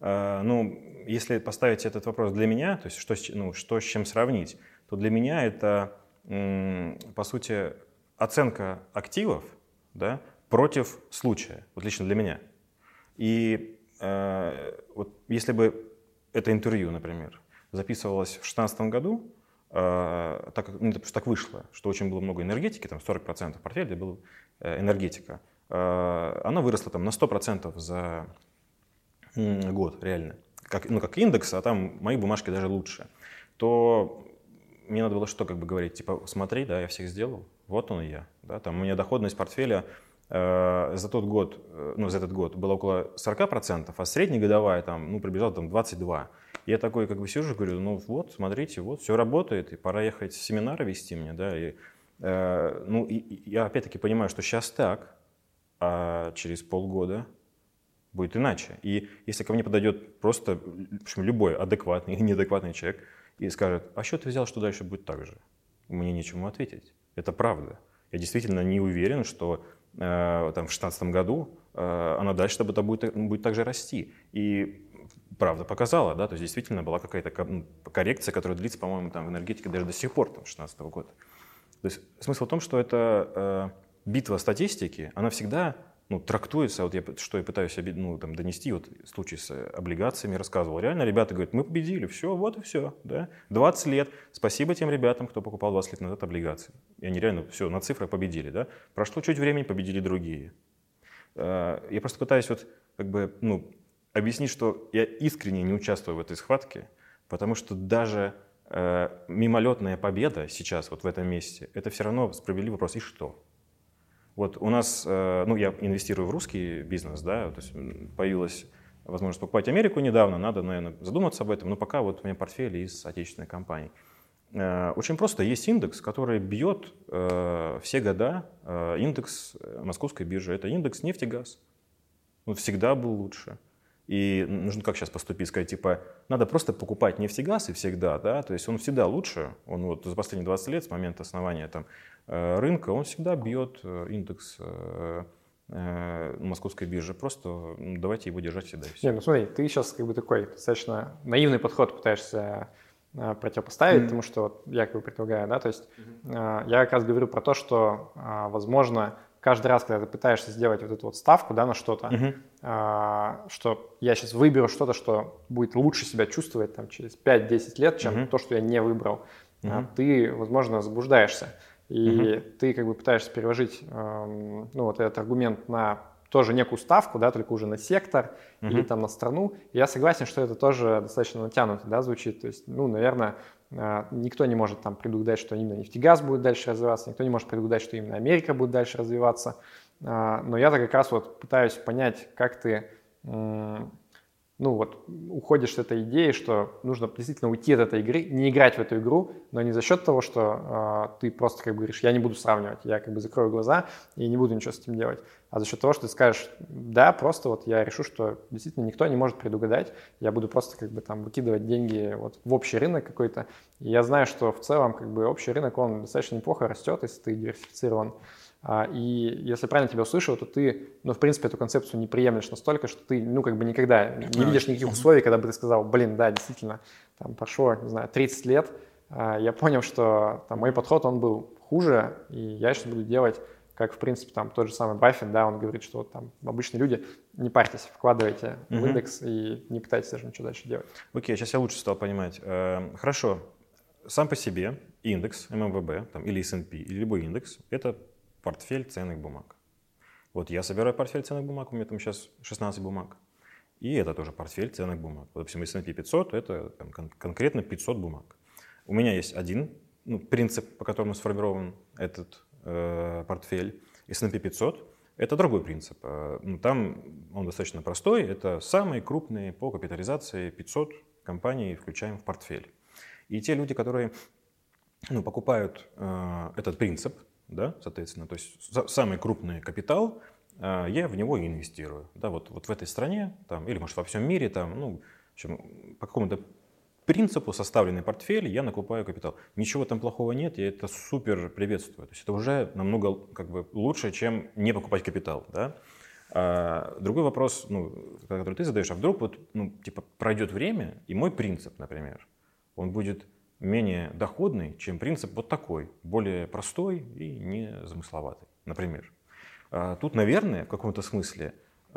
Speaker 1: Если поставить этот вопрос для меня, то есть что с чем сравнить, то для меня это, по сути, оценка активов, да, против случая, вот лично для меня. И вот если бы это интервью, например, записывалось в 2016 году, так вышло, что очень было много энергетики, там 40% портфеля была энергетика, она выросла там на 100% за год, реально. Как индекс, а там мои бумажки даже лучше, то мне надо было что говорить, типа, смотри, да, я всех сделал, вот он и я. Да, там у меня доходность портфеля за этот год была около 40%, а среднегодовая приближала 22%. Я такой сижу, говорю, вот, смотрите, вот, все работает, и пора ехать семинары вести мне, да, и я опять-таки понимаю, что сейчас так, а через полгода будет иначе. И если ко мне подойдет просто, в общем, любой адекватный или неадекватный человек и скажет, а что ты взял, что дальше будет так же? Мне нечему ответить. Это правда. Я действительно не уверен, что в 2016 году она дальше будет также расти. И правда показала, да, то есть действительно была какая-то коррекция, которая длится, по-моему, там в энергетике даже до сих пор, 2016 года. То есть смысл в том, что это битва статистики, она всегда трактуется, вот что я пытаюсь донести, вот случай с облигациями рассказывал. Реально ребята говорят, мы победили, все, вот и все. Да? 20 лет, спасибо тем ребятам, кто покупал 20 лет назад облигации. И они реально все, на цифрах победили. Да? Прошло чуть времени, победили другие. Я просто пытаюсь объяснить, что я искренне не участвую в этой схватке, потому что даже мимолетная победа сейчас вот в этом месте, это все равно справедливый вопрос, и что? Вот у нас, я инвестирую в русский бизнес, да, то есть появилась возможность покупать Америку недавно, надо, наверное, задуматься об этом, но пока вот у меня портфель из отечественной компании. Очень просто, есть индекс, который бьет все года, индекс Московской биржи, это индекс нефть-газ. Он всегда был лучше. И нужно как сейчас поступить, сказать, типа, надо просто покупать нефть-газ и всегда, да, то есть он всегда лучше, он вот за последние 20 лет, с момента основания рынка, он всегда бьет индекс Московской биржи, просто давайте его держать всегда.
Speaker 2: Не, смотри, ты сейчас такой достаточно наивный подход пытаешься противопоставить тому, что я предлагаю, да, то есть я как раз говорю про то, что, возможно, каждый раз, когда ты пытаешься сделать вот эту вот ставку, да, на что-то, что я сейчас выберу что-то, что будет лучше себя чувствовать там, через 5-10 лет, чем то, что я не выбрал, ты, возможно, заблуждаешься. И ты как бы пытаешься переложить ну, вот этот аргумент на тоже некую ставку, да, только уже на сектор или там на страну. И я согласен, что это тоже достаточно натянуто, да, звучит. То есть, ну, наверное, никто не может там предугадать, что именно нефтегаз будет дальше развиваться, никто не может предугадать, что именно Америка будет дальше развиваться. Но я-то как раз вот пытаюсь понять, как ты, ну вот, уходишь с этой идеей, что нужно действительно уйти от этой игры, не играть в эту игру, но не за счет того, что ты просто как бы говоришь, я не буду сравнивать, я как бы закрою глаза и не буду ничего с этим делать, а за счет того, что ты скажешь, да, просто вот я решу, что действительно никто не может предугадать, я буду просто как бы там выкидывать деньги вот в общий рынок какой-то, и я знаю, что в целом как бы общий рынок, он достаточно неплохо растет, если ты диверсифицирован. И если правильно тебя услышал, то ты, ну, в принципе, эту концепцию не приемлешь настолько, что ты, ну, как бы никогда не видишь никаких условий, когда бы ты сказал, блин, да, действительно, там прошло, не знаю, 30 лет, я понял, что там мой подход, он был хуже, и я сейчас буду делать, как, в принципе, там тот же самый Баффет, да, он говорит, что вот там обычные люди, не парьтесь, вкладывайте в индекс и не пытайтесь даже ничего дальше делать.
Speaker 1: Окей, сейчас я лучше стал понимать. Хорошо, сам по себе индекс ММВБ там, или S&P, или любой индекс, это портфель ценных бумаг. Вот я собираю портфель ценных бумаг, у меня там сейчас 16 бумаг. И это тоже портфель ценных бумаг. Вот, допустим, S&P 500 – это там, конкретно 500 бумаг. У меня есть один принцип, по которому сформирован этот портфель. S&P 500 – это другой принцип. Там он достаточно простой. Это самые крупные по капитализации 500 компаний включаем в портфель. И те люди, которые покупают этот принцип, да, соответственно, то есть самый крупный капитал, я в него инвестирую. Да, вот в этой стране, там, или может во всем мире, там, ну, в общем, по какому-то принципу составленный портфель, я накупаю капитал. Ничего там плохого нет, я это супер приветствую. То есть это уже намного как бы лучше, чем не покупать капитал. Да? Другой вопрос, который ты задаешь, а вдруг вот, типа, пройдет время, и мой принцип, например, он будет менее доходный, чем принцип вот такой, более простой и не замысловатый, например. Тут, наверное, в каком-то смысле,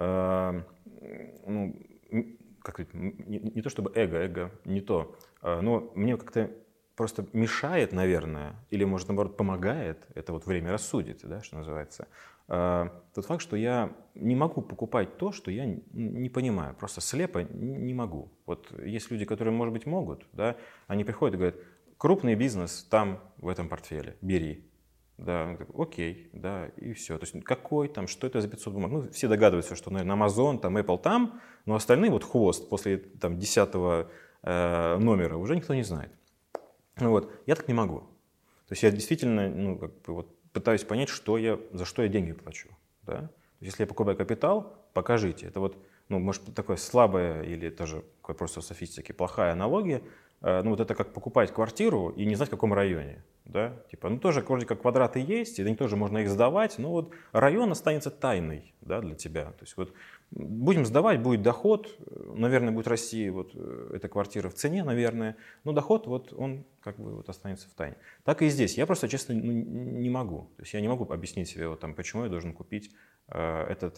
Speaker 1: как сказать, не то чтобы эго не то, но мне как-то просто мешает, наверное, или, может, наоборот, помогает, это вот время рассудит, да, что называется, тот факт, что я не могу покупать то, что я не понимаю, просто слепо не могу. Вот есть люди, которые, может быть, могут, да, они приходят и говорят, крупный бизнес там, в этом портфеле, бери. Да, окей, да, и все. То есть какой там, что это за 500 бумаг? Ну, все догадываются, что, наверное, Amazon, там, Apple там, но остальные вот хвост после там 10-го номера уже никто не знает. Вот. Я так не могу. То есть я действительно, пытаюсь понять, за что я деньги плачу. Да? То есть если я покупаю капитал, покажите. Это вот, может, такое слабое или тоже просто софистики, плохая аналогия. Вот это как покупать квартиру и не знать, в каком районе. Да? Типа, тоже вроде как квадраты есть, и тоже можно их сдавать, но вот район останется тайной, да, для тебя. То есть вот будем сдавать, будет доход, наверное, будет расти вот эта квартира в цене, наверное, но доход вот он как бы вот останется в тайне. Так и здесь. Я просто, честно, не могу. То есть я не могу объяснить себе, вот, там, почему я должен купить именно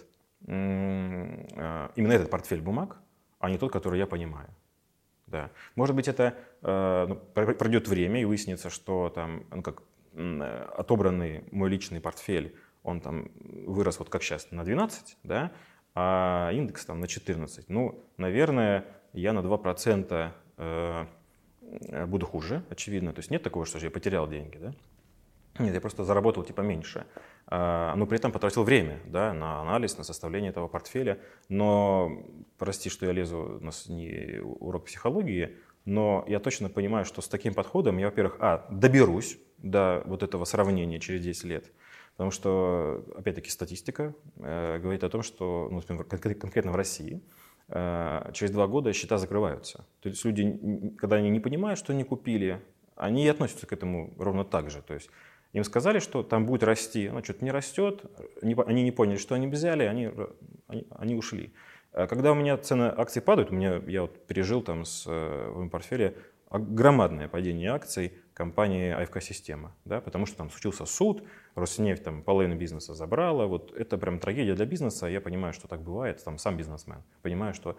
Speaker 1: этот портфель бумаг, а не тот, который я понимаю. Да. Может быть, это пройдет время и выяснится, что там, отобранный мой личный портфель, он там вырос вот как сейчас на 12, да, а индекс там на 14. Наверное, я на 2% буду хуже, очевидно. То есть нет такого, что я потерял деньги, да? Нет, я просто заработал типа меньше, но при этом потратил время, да, на анализ, на составление этого портфеля. Но, прости, что я лезу, у нас не урок психологии, но я точно понимаю, что с таким подходом я, во-первых, доберусь до вот этого сравнения через 10 лет, потому что, опять-таки, статистика говорит о том, что, конкретно в России, через 2 года счета закрываются. То есть люди, когда они не понимают, что они купили, они и относятся к этому ровно так же. То есть им сказали, что там будет расти, оно что-то не растет, они не поняли, что они взяли, они ушли. Когда у меня цены акций падают, я вот пережил там в моем портфеле громадное падение акций, компании АФК-система, да, потому что там случился суд, Роснефть там половину бизнеса забрала, вот это прям трагедия для бизнеса, я понимаю, что так бывает, там сам бизнесмен, понимаю, что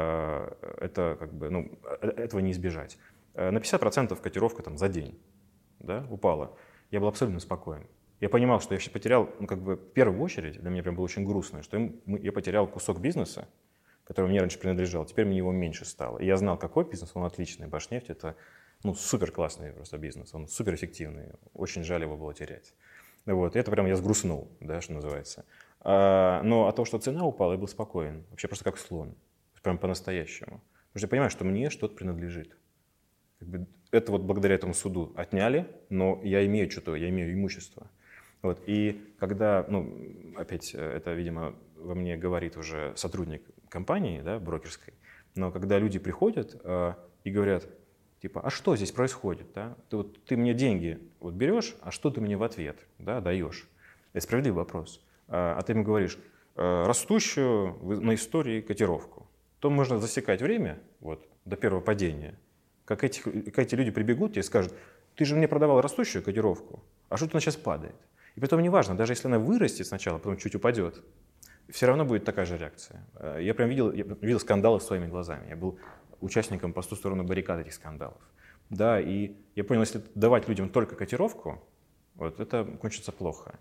Speaker 1: это как бы, ну, этого не избежать. На 50% котировка там за день, да, упала, я был абсолютно спокоен. Я понимал, что я сейчас потерял, ну, как бы, в первую очередь, для меня прям было очень грустно, что я потерял кусок бизнеса, который мне раньше принадлежал, теперь мне его меньше стало. И я знал, какой бизнес, он отличный. Башнефть — это, ну, супер классный просто бизнес, он супер эффективный, очень жаль его было терять. Вот, и это прям я сгрустнул, да, что называется. Но от того, что цена упала, я был спокоен, вообще просто как слон, прям по-настоящему. Потому что я понимаю, что мне что-то принадлежит. Как бы это вот благодаря этому суду отняли, но я имею что-то, я имею имущество. Вот, и когда, ну, опять это, видимо, во мне говорит уже сотрудник компании, да, брокерской, но когда люди приходят и говорят, типа, а что здесь происходит? Да? Ты мне деньги вот берешь, а что ты мне в ответ, да, даешь? Это справедливый вопрос. А ты ему говоришь растущую на истории котировку. То можно засекать время вот, до первого падения. Как эти люди прибегут тебе и скажут, ты же мне продавал растущую котировку, а что-то она сейчас падает. И потом неважно, даже если она вырастет сначала, потом чуть упадет, все равно будет такая же реакция. Я прям видел скандалы своими глазами. Я был участником по ту сторону баррикад этих скандалов. Да, и я понял, если давать людям только котировку, вот, это кончится плохо.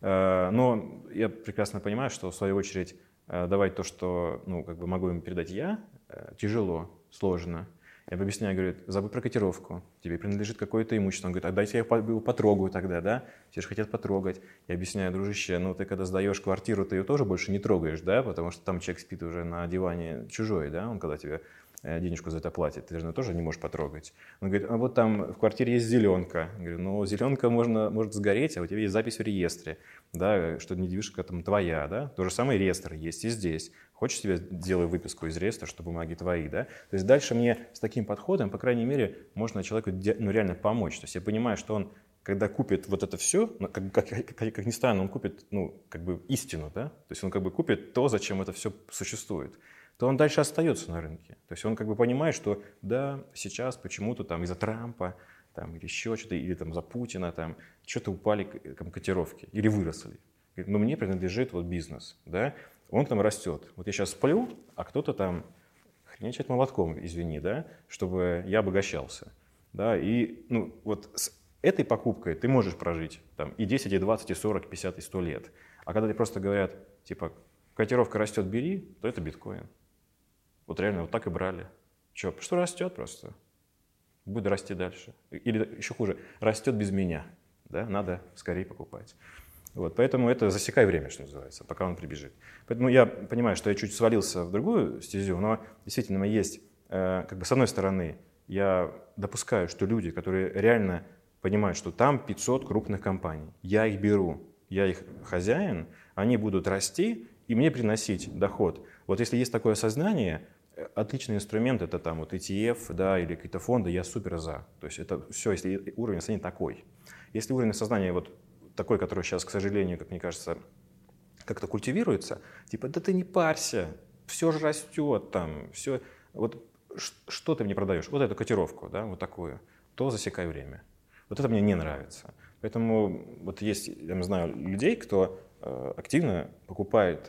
Speaker 1: Но я прекрасно понимаю, что в свою очередь давать то, что, ну, как бы могу им передать я, тяжело, сложно. Я объясняю, говорю, забудь про котировку, тебе принадлежит какое-то имущество. Он говорит, а дайте я его потрогаю тогда, да? Все же хотят потрогать. Я объясняю, дружище, ну ты когда сдаешь квартиру, ты ее тоже больше не трогаешь, да? Потому что там человек спит уже на диване чужой, да? Он когда тебе денежку за это платит, ты же тоже не можешь потрогать. Он говорит, а вот там в квартире есть зеленка. Я говорю, ну зеленка может сгореть, а у тебя есть запись в реестре, да, что недвижимость там твоя, да? То же самое реестр есть и здесь. Хочешь, тебе сделаю выписку из реестра, что бумаги твои, да? То есть дальше мне с таким подходом, по крайней мере, можно человеку, ну, реально помочь. То есть я понимаю, что он, когда купит вот это все, как ни странно, он купит, ну, как бы истину, да? То есть он как бы купит то, зачем это все существует, то он дальше остается на рынке. То есть он как бы понимает, что да, сейчас почему-то там из-за Трампа там, или еще что-то, или там за Путина там что-то упали там, котировки или выросли. Но мне принадлежит вот бизнес, да? Он там растет. Вот я сейчас сплю, а кто-то там хренячит молотком, извини, да, чтобы я обогащался. Да? И ну, вот с этой покупкой ты можешь прожить там, и 10, и 20, и 40, и 50, и 100 лет. А когда тебе просто говорят, типа, котировка растет, бери, то это биткоин. Вот реально вот так и брали. Что растет просто. Будет расти дальше. Или еще хуже, растет без меня. Да? Надо скорее покупать. Вот, поэтому это засекай время, что называется, пока он прибежит. Поэтому я понимаю, что я чуть свалился в другую стезю, но действительно есть, как бы с одной стороны, я допускаю, что люди, которые реально понимают, что там 500 крупных компаний, я их беру, я их хозяин, они будут расти и мне приносить доход. Вот если есть такое сознание, отличный инструмент, это там вот ETF, да, или какие-то фонды, я супер за. То есть это все, если уровень сознания такой. Если уровень сознания вот такой, который сейчас, к сожалению, как мне кажется, как-то культивируется, типа, да ты не парься, все же растет там, все, вот что ты мне продаешь? Вот эту котировку, да, вот такую, то засекай время. Вот это мне не нравится. Поэтому вот есть, я знаю, людей, кто активно покупает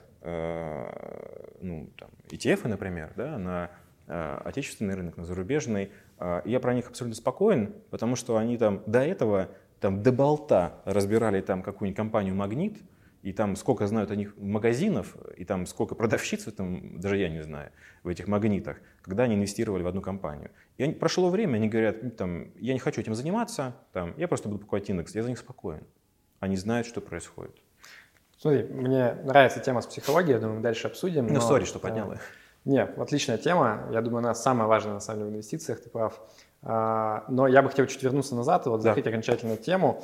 Speaker 1: ну, там, ETF, например, да, на отечественный рынок, на зарубежный. Я про них абсолютно спокоен, потому что они там до этого там до болта разбирали там какую-нибудь компанию «Магнит», и там сколько знают о них магазинов, и там сколько продавщиц, там, даже я не знаю, в этих «Магнитах», когда они инвестировали в одну компанию. И прошло время, они говорят, там, я не хочу этим заниматься, там, я просто буду покупать индекс, я за них спокоен. Они знают, что происходит.
Speaker 2: Смотри, мне нравится тема с психологией, я думаю, мы дальше обсудим.
Speaker 1: Ну, сори, что поднял их.
Speaker 2: Нет, отличная тема, я думаю, она самая важная, на самом деле, в инвестициях, ты прав. Но я бы хотел чуть вернуться назад и вот закрыть окончательно тему.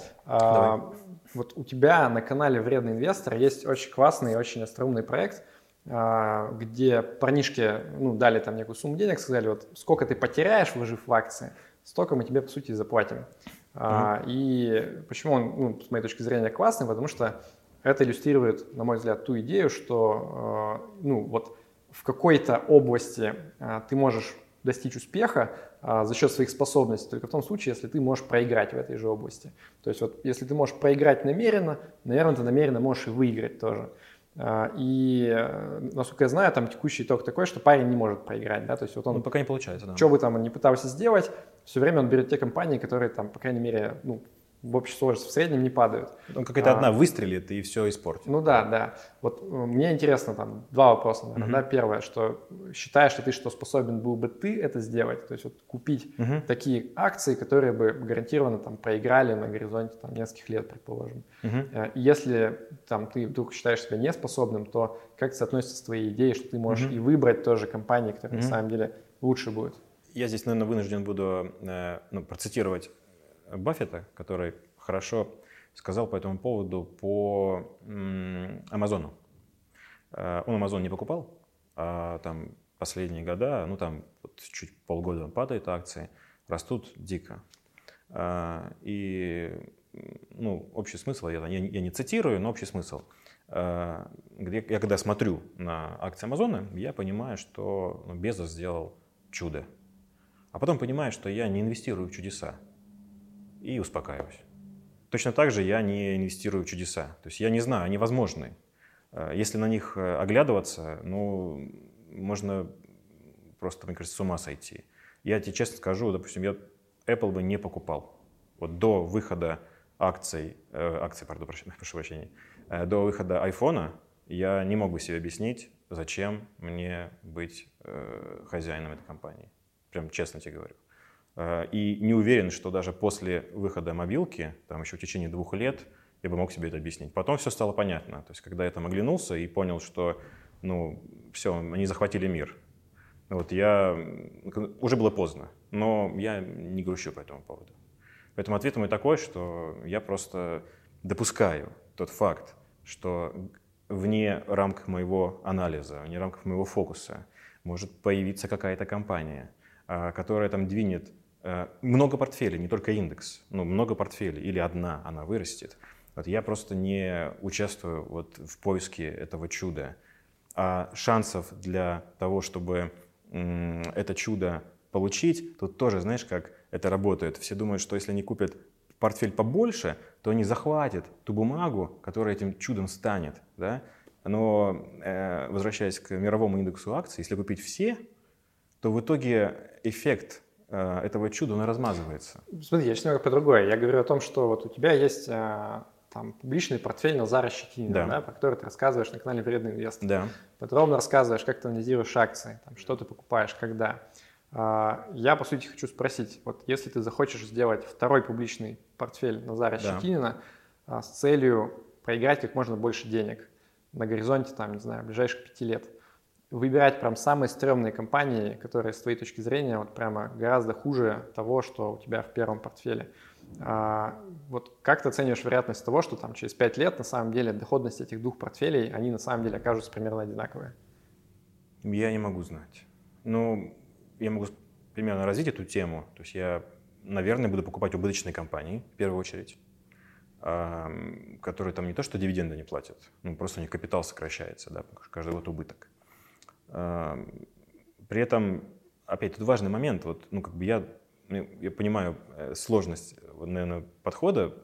Speaker 2: Вот у тебя на канале «Вредный инвестор» есть очень классный и очень остроумный проект, где парнишки дали там некую сумму денег, сказали, вот сколько ты потеряешь, вложив в акции, столько мы тебе, по сути, заплатим. И почему он, с моей точки зрения, классный? Потому что это иллюстрирует, на мой взгляд, ту идею, что вот в какой-то области ты можешь достичь успеха за счет своих способностей только в том случае, если ты можешь проиграть в этой же области. То есть вот если ты можешь проиграть намеренно, наверное, ты намеренно можешь и выиграть тоже. И, насколько я знаю, там текущий итог такой, что парень не может проиграть, да, то есть вот он,
Speaker 1: пока не получается, да.
Speaker 2: Что бы там он ни пытался сделать, все время он берет те компании, которые там, по крайней мере, в общей сложности в среднем не падают.
Speaker 1: Какая-то одна выстрелит и все испортит.
Speaker 2: Да. Вот мне интересно там два вопроса, наверное. Да? Первое, что считаешь ли ты, что способен был бы ты это сделать, то есть вот купить такие акции, которые бы гарантированно там проиграли на горизонте там нескольких лет, предположим. И если там ты вдруг считаешь себя неспособным, то как это соотносится с твоей идеей, что ты можешь и выбрать тоже компании, которые на самом деле лучше будут?
Speaker 1: Я здесь, наверное, вынужден буду процитировать Баффета, который хорошо сказал по этому поводу по Амазону. Он Амазон не покупал, а там последние года, вот чуть полгода падают акции, растут дико. И общий смысл, я не цитирую, но общий смысл. Я когда смотрю на акции Амазона, я понимаю, что Безос сделал чудо. А потом понимаю, что я не инвестирую в чудеса. И успокаиваюсь. Точно так же я не инвестирую в чудеса. То есть я не знаю, они возможны. Если на них оглядываться, можно просто, мне кажется, с ума сойти. Я тебе честно скажу, допустим, я Apple бы не покупал. Вот до выхода прошу прощения, до выхода iPhone я не мог бы себе объяснить, зачем мне быть хозяином этой компании. Прям честно тебе говорю. И не уверен, что даже после выхода мобилки, там еще в течение 2 лет, я бы мог себе это объяснить. Потом все стало понятно. То есть, когда я там оглянулся и понял, что, все, они захватили мир. Уже было поздно, но я не грущу по этому поводу. Поэтому ответ мой такой, что я просто допускаю тот факт, что вне рамок моего анализа, вне рамках моего фокуса может появиться какая-то компания, которая там двинет много портфелей, не только индекс, много портфелей, или одна, она вырастет. Я просто не участвую в поиске этого чуда. А шансов для того, чтобы это чудо получить, тут тоже, знаешь, как это работает. Все думают, что если они купят портфель побольше, то они захватят ту бумагу, которая этим чудом станет. Да? Но, возвращаясь к мировому индексу акций, если купить все, то в итоге эффект этого чуда, он размазывается.
Speaker 2: Смотри, я немного по-другому. Я говорю о том, что вот у тебя есть там публичный портфель Назара Щетинина, да, про который ты рассказываешь на канале «Вредный инвестор».
Speaker 1: Да.
Speaker 2: Подробно рассказываешь, как ты анализируешь акции, там, что ты покупаешь, когда. Я, по сути, хочу спросить, вот если ты захочешь сделать второй публичный портфель Назара Щетинина с целью проиграть как можно больше денег на горизонте, там, не знаю, ближайших 5 лет, выбирать прям самые стрёмные компании, которые, с твоей точки зрения, вот прямо гораздо хуже того, что у тебя в первом портфеле. Вот как ты оцениваешь вероятность того, что там через 5 лет на самом деле доходность этих 2 портфелей, они на самом деле окажутся примерно одинаковые?
Speaker 1: Я не могу знать. Я могу примерно развить эту тему. То есть я, наверное, буду покупать убыточные компании, в первую очередь, которые там не то что дивиденды не платят, просто у них капитал сокращается, да, каждый год убыток. При этом, опять, тут важный момент, я понимаю сложность, наверное, подхода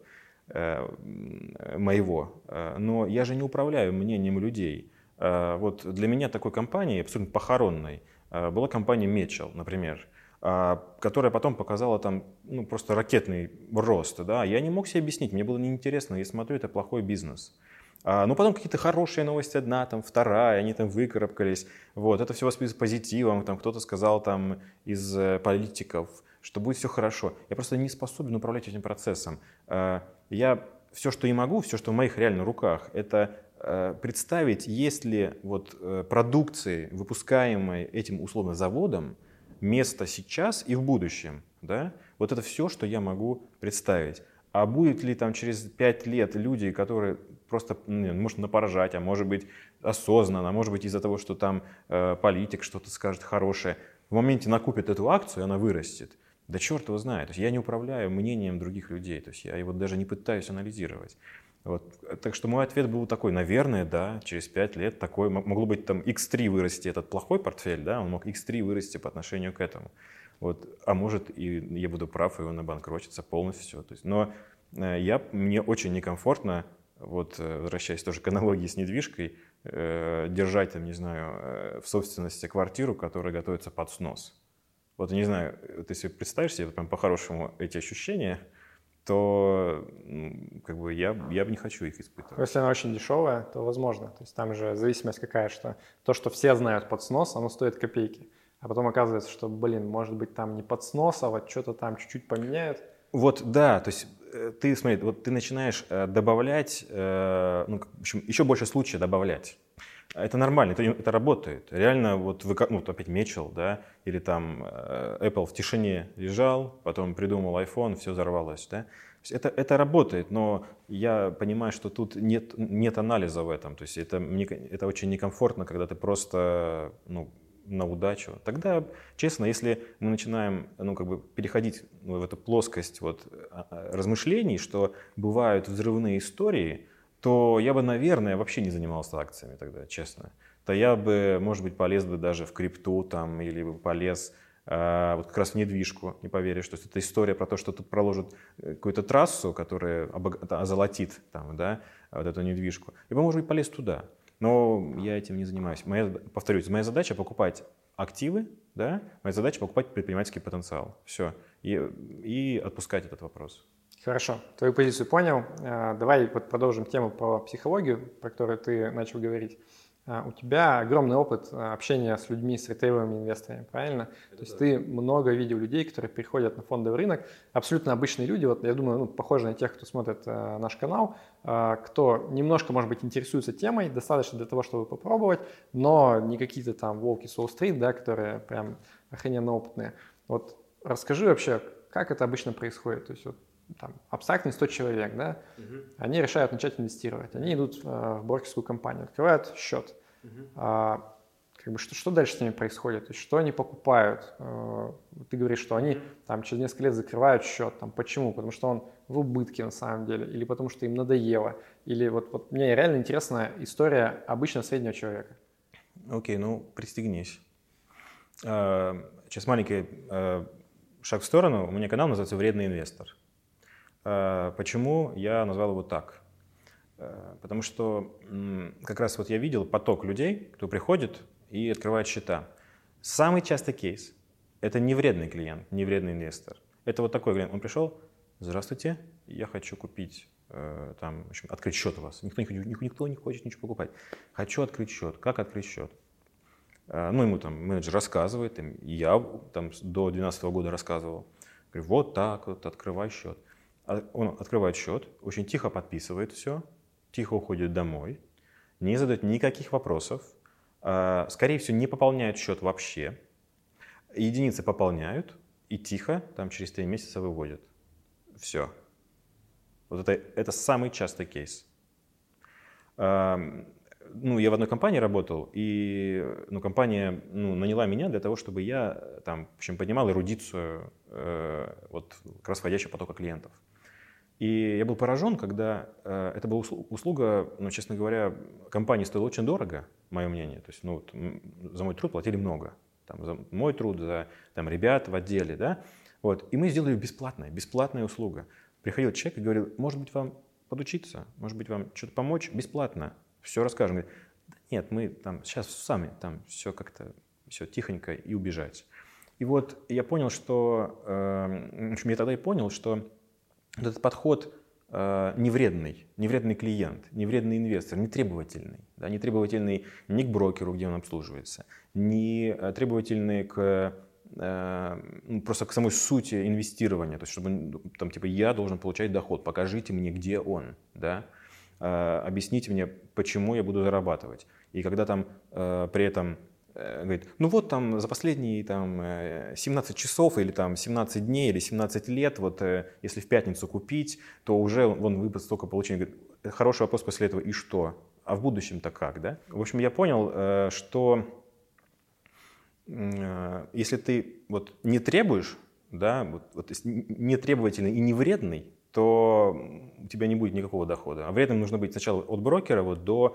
Speaker 1: моего, но я же не управляю мнением людей. Для меня такой компанией, абсолютно похоронной, была компания Mitchell, например, которая потом показала там просто ракетный рост. Да? Я не мог себе объяснить, мне было неинтересно, я смотрю, это плохой бизнес. Но потом какие-то хорошие новости, одна, там, вторая, они там выкарабкались. Это все воспринимается позитивом. Там кто-то сказал там, из политиков, что будет все хорошо. Я просто не способен управлять этим процессом. Я все, что и могу, все, что в моих реально руках, это представить, есть ли продукции, выпускаемой этим условно заводом, место сейчас и в будущем. Да? Это все, что я могу представить. А будет ли там через 5 лет люди, которые просто, может, напоржать, а может быть осознанно, а может быть из-за того, что там политик что-то скажет хорошее, в моменте накупит эту акцию, она вырастет. Да черт его знает. То есть я не управляю мнением других людей, то есть я его даже не пытаюсь анализировать. Так что мой ответ был такой, наверное, да, через 5 лет такой, могло быть там X3 вырасти этот плохой портфель, да, он мог X3 вырасти по отношению к этому. Вот, а может, и я буду прав, и он обанкротится полностью. То есть, но мне очень некомфортно, вот, возвращаясь тоже к аналогии с недвижкой, держать, там, не знаю, в собственности квартиру, которая готовится под снос. Вот, не знаю, ты себе представишь себе прям по-хорошему эти ощущения, то как бы я не хочу их испытывать.
Speaker 2: Если она очень дешевая, то возможно. То есть там же зависимость какая, что то, что все знают под снос, оно стоит копейки. А потом оказывается, что, может быть, там не под снос, а вот что-то там чуть-чуть поменяют.
Speaker 1: Вот, да, то есть ты, смотри, вот ты начинаешь добавлять, в общем, еще больше случаев добавлять. Это нормально, это работает. Реально, вот опять Mitchell, да, или там Apple в тишине лежал, потом придумал iPhone, все взорвалось, да. Это работает, но я понимаю, что тут нет анализа в этом. То есть это очень некомфортно, когда ты просто, на удачу. Тогда, честно, если мы начинаем переходить в эту плоскость размышлений, что бывают взрывные истории, то я бы, наверное, вообще не занимался акциями тогда, честно. То я бы, может быть, полез бы даже в крипту там, или бы полез вот как раз в недвижку, не поверишь. То есть это история про то, что тут проложат какую-то трассу, которая озолотит там, да, вот эту недвижку. Я бы, может быть, полез туда. Но я этим не занимаюсь. Повторюсь, моя задача покупать активы, да, моя задача покупать предпринимательский потенциал. Все. И отпускать этот вопрос.
Speaker 2: Хорошо, твою позицию понял. Давай вот продолжим тему про психологию, про которую ты начал говорить. У тебя огромный опыт общения с людьми, с ритейловыми инвесторами, правильно? То есть ты много видел людей, которые приходят на фондовый рынок, абсолютно обычные люди, вот я думаю, похожи на тех, кто смотрит наш канал, кто немножко, может быть, интересуется темой, достаточно для того, чтобы попробовать, но не какие-то там волки с Уолл-стрит, да, которые прям охрененно опытные. Вот расскажи вообще, как это обычно происходит? То есть вот там, абстрактный 100 человек, да, они решают начать инвестировать, они идут в брокерскую компанию, открывают счет. Что дальше с ними происходит? То есть, что они покупают? Ты говоришь, что они там, через несколько лет закрывают счет. Там, почему? Потому что он в убытке на самом деле, или потому что им надоело. Или вот мне реально интересна история обычного среднего человека.
Speaker 1: Окей, пристегнись. Сейчас маленький шаг в сторону. У меня канал называется «Вредный инвестор». Почему я назвал его так? Потому что как раз вот я видел поток людей, кто приходит и открывает счета. Самый частый кейс – это не вредный клиент, не вредный инвестор. Это вот такой клиент. Он пришел: здравствуйте, я хочу купить, открыть счет у вас. Никто не хочет ничего покупать. Хочу открыть счет. Как открыть счет? Ему там менеджер рассказывает, и я там до 2012 года рассказывал. Говорю, вот так вот, открывай счет. Он открывает счет, очень тихо подписывает все, тихо уходит домой, не задает никаких вопросов, скорее всего, не пополняет счет вообще. Единицы пополняют и тихо там через 3 месяца выводят. Все. Вот это самый частый кейс. Я в одной компании работал, и компания наняла меня для того, чтобы я там, в общем, поднимал эрудицию как раз входящего потока клиентов. И я был поражен, когда это была услуга, честно говоря, компании стоила очень дорого, мое мнение. То есть, за мой труд платили много. Там, за мой труд, за ребят в отделе, да. И мы сделали бесплатная услуга. Приходил человек и говорил: может быть, вам подучиться, может быть, вам что-то помочь бесплатно. Все расскажем. Говорит: нет, мы там сейчас сами, там все как-то, все тихонько и убежать. И вот я понял, что, я тогда и понял, что этот подход не вредный клиент, не вредный инвестор, не требовательный. Да, не требовательный ни к брокеру, где он обслуживается, не требовательный просто к самой сути инвестирования. То есть, чтобы я должен получать доход, покажите мне, где он, да? Объясните мне, почему я буду зарабатывать. И когда при этом говорит: за последние 17 часов или 17 дней или 17 лет, если в пятницу купить, то уже вы столько получили. Говорит, хороший вопрос после этого: и что? А в будущем-то как, да? В общем, я понял, что если ты не требуешь, да, не требовательный и не вредный, то у тебя не будет никакого дохода. А вредным нужно быть сначала от брокера до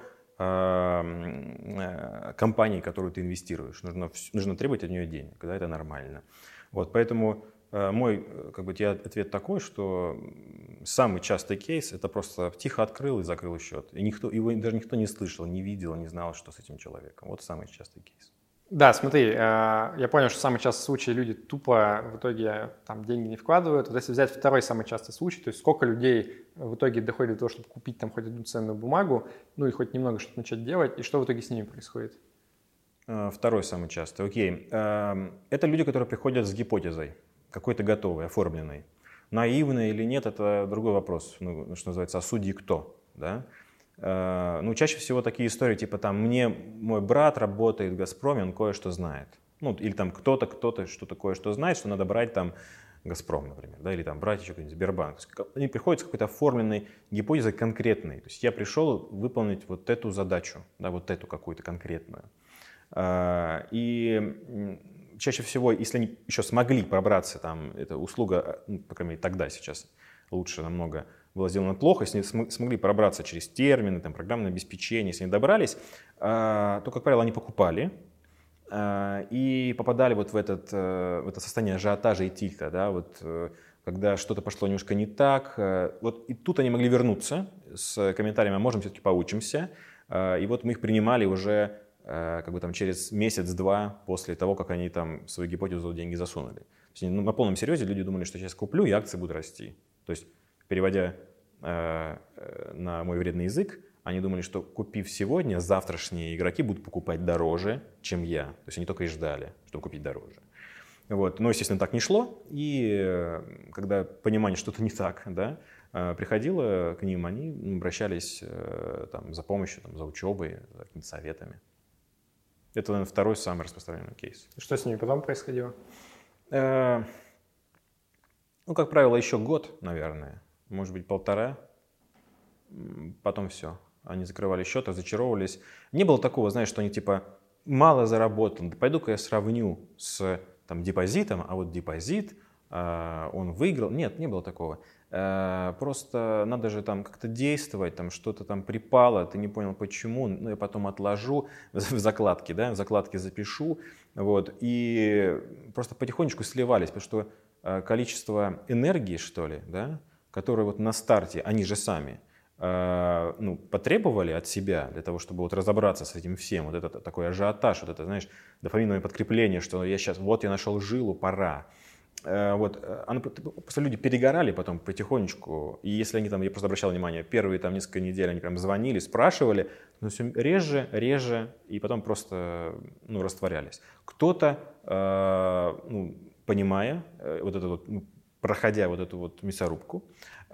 Speaker 1: компании, в которую ты инвестируешь. Нужно требовать от нее денег, когда это нормально. Вот, поэтому мой ответ такой, что самый частый кейс — это просто тихо открыл и закрыл счет. И его даже никто не слышал, не видел, не знал, что с этим человеком. Вот самый частый кейс.
Speaker 2: Да, смотри, я понял, что самый частый случай — люди тупо в итоге там деньги не вкладывают. Вот если взять второй самый частый случай, то есть сколько людей в итоге доходит до того, чтобы купить там хоть одну ценную бумагу, ну и хоть немного что-то начать делать, и что в итоге с ними происходит?
Speaker 1: Второй самый частый. Окей. Это люди, которые приходят с гипотезой, какой-то готовой, оформленной. Наивной или нет, это другой вопрос. Ну, что называется, а судьи кто? Да? Ну, чаще всего такие истории, типа там, мне мой брат работает в «Газпроме», он кое-что знает. Ну, или там кто-то что-то кое-что знает, что надо брать там «Газпром», например, да, или там брать еще какой-нибудь Сбербанк. Они приходят с какой-то оформленной гипотезой конкретной. То есть я пришел выполнить вот эту задачу, да, вот эту какую-то конкретную. И чаще всего, если они еще смогли пробраться, там, эта услуга, ну, по крайней мере, тогда, сейчас лучше намного было сделано плохо, если они смогли пробраться через термины, там, программное обеспечение, если они добрались, то, как правило, они покупали и попадали вот в это состояние ажиотажа и тильта, да, вот, когда что-то пошло немножко не так. Вот, и тут они могли вернуться с комментариями: а можем все-таки поучимся. И вот мы их принимали уже там через месяц-два после того, как они там в свою гипотезу деньги засунули. То есть, на полном серьезе люди думали, что сейчас куплю, и акции будут расти. То есть, переводя на мой вредный язык, они думали, что купив сегодня, завтрашние игроки будут покупать дороже, чем я. То есть они только и ждали, чтобы купить дороже. Вот. Но, естественно, так не шло. И когда понимание, что что-то не так, да, приходило к ним, они обращались там, за помощью, там, за учебой, за какими-то советами. Это, наверное, второй самый распространенный кейс.
Speaker 2: Что с ними потом происходило?
Speaker 1: Ну, как правило, еще год, наверное. Может быть, 1,5. Потом все. Они закрывали счет, разочаровывались. Не было такого, знаешь, что они типа мало заработал. Пойду-ка я сравню с там, депозитом, а вот депозит, он выиграл. Нет, не было такого. Просто надо же там как-то действовать, там что-то там припало, ты не понял почему, ну я потом отложу в закладке, да, в закладке запишу, вот, и просто потихонечку сливались, потому что количество энергии, что ли, да, которые вот на старте, они же сами, ну, потребовали от себя для того, чтобы вот разобраться с этим всем, вот это такой ажиотаж, вот это, знаешь, дофаминовое подкрепление, что я сейчас, вот я нашел жилу, пора. Вот, просто люди перегорали потом потихонечку, и если они там, я просто обращал внимание, первые там несколько недель они прям звонили, спрашивали, но все реже, и потом просто, ну, растворялись. Кто-то, ну, понимая вот это вот, ну, проходя вот эту вот мясорубку,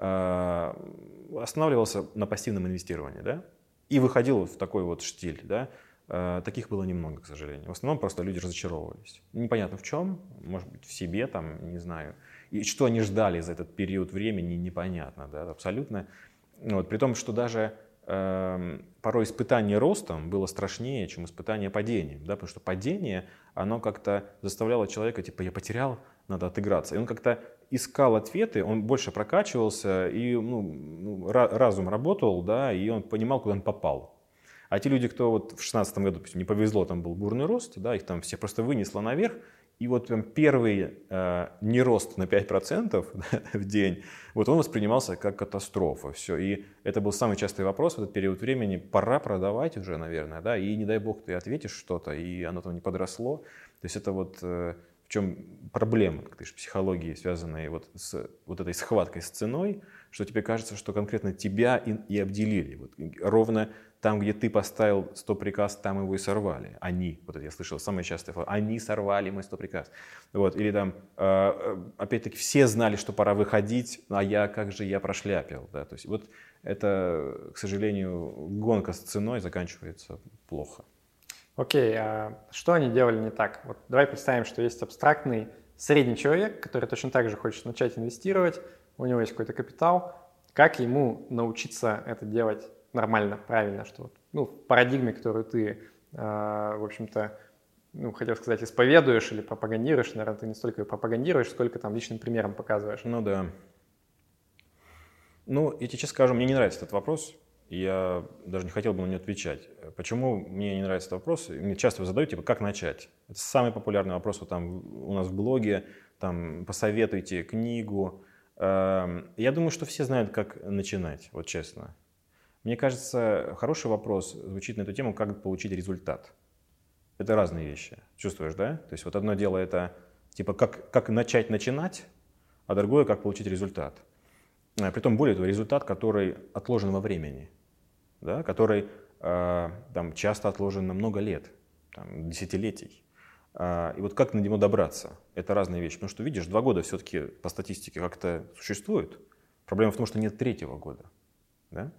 Speaker 1: останавливался на пассивном инвестировании, да, и выходил в такой вот штиль, да. Таких было немного, к сожалению. В основном просто люди разочаровывались. Непонятно в чем, может быть, в себе, там, не знаю. И что они ждали за этот период времени, непонятно, да, абсолютно. Вот, при том, что даже порой испытание ростом было страшнее, чем испытание падением, да, потому что падение, оно как-то заставляло человека, типа, я потерял, надо отыграться. И он как-то искал ответы, он больше прокачивался, и ну, разум работал, да, и он понимал, куда он попал. А те люди, кто вот в 2016 году, допустим, не повезло, там был бурный рост, да, их там всех просто вынесло наверх, и вот прям первый нерост на 5% в день, вот он воспринимался как катастрофа. Все. И это был самый частый вопрос в этот период времени. Пора продавать уже, наверное, да, и не дай бог ты ответишь что-то, и оно там не подросло. То есть это вот в чем проблема, как ты говоришь, психологии, связанная вот с вот этой схваткой с ценой, что тебе кажется, что конкретно тебя и обделили. Вот ровно там, где ты поставил 100 приказ, там его и сорвали. Они, вот это я слышал, самое частое, они сорвали мой 100 приказ. Вот, или там, опять-таки, все знали, что пора выходить, а как же я прошляпил. Да? То есть вот это, к сожалению, гонка с ценой заканчивается плохо.
Speaker 2: Окей, а что они делали не так? Вот давай представим, что есть абстрактный средний человек, который точно так же хочет начать инвестировать, у него есть какой-то капитал. Как ему научиться это делать нормально, правильно, что ну, в парадигме, которую ты, в общем-то, ну, хотел сказать, исповедуешь или пропагандируешь, наверное, ты не столько пропагандируешь, сколько там личным примером показываешь.
Speaker 1: Ну да. Ну, я тебе честно скажу, мне не нравится этот вопрос, и я даже не хотел бы на него отвечать. Почему мне не нравится этот вопрос? Мне часто его задают, типа, как начать? Это самый популярный вопрос вот там у нас в блоге, там, посоветуйте книгу. Я думаю, что все знают, как начинать, вот честно. Мне кажется, хороший вопрос звучит на эту тему, как получить результат. Это разные вещи. Чувствуешь, да? То есть вот одно дело это типа как начать, а другое как получить результат. Притом более того, результат, который отложен во времени, да? Который там, часто отложен на много лет, там, десятилетий. И вот как на него добраться, это разные вещи. Потому что, видишь, 2 года все-таки по статистике как-то существует. Проблема в том, что нет 3-го года. Да?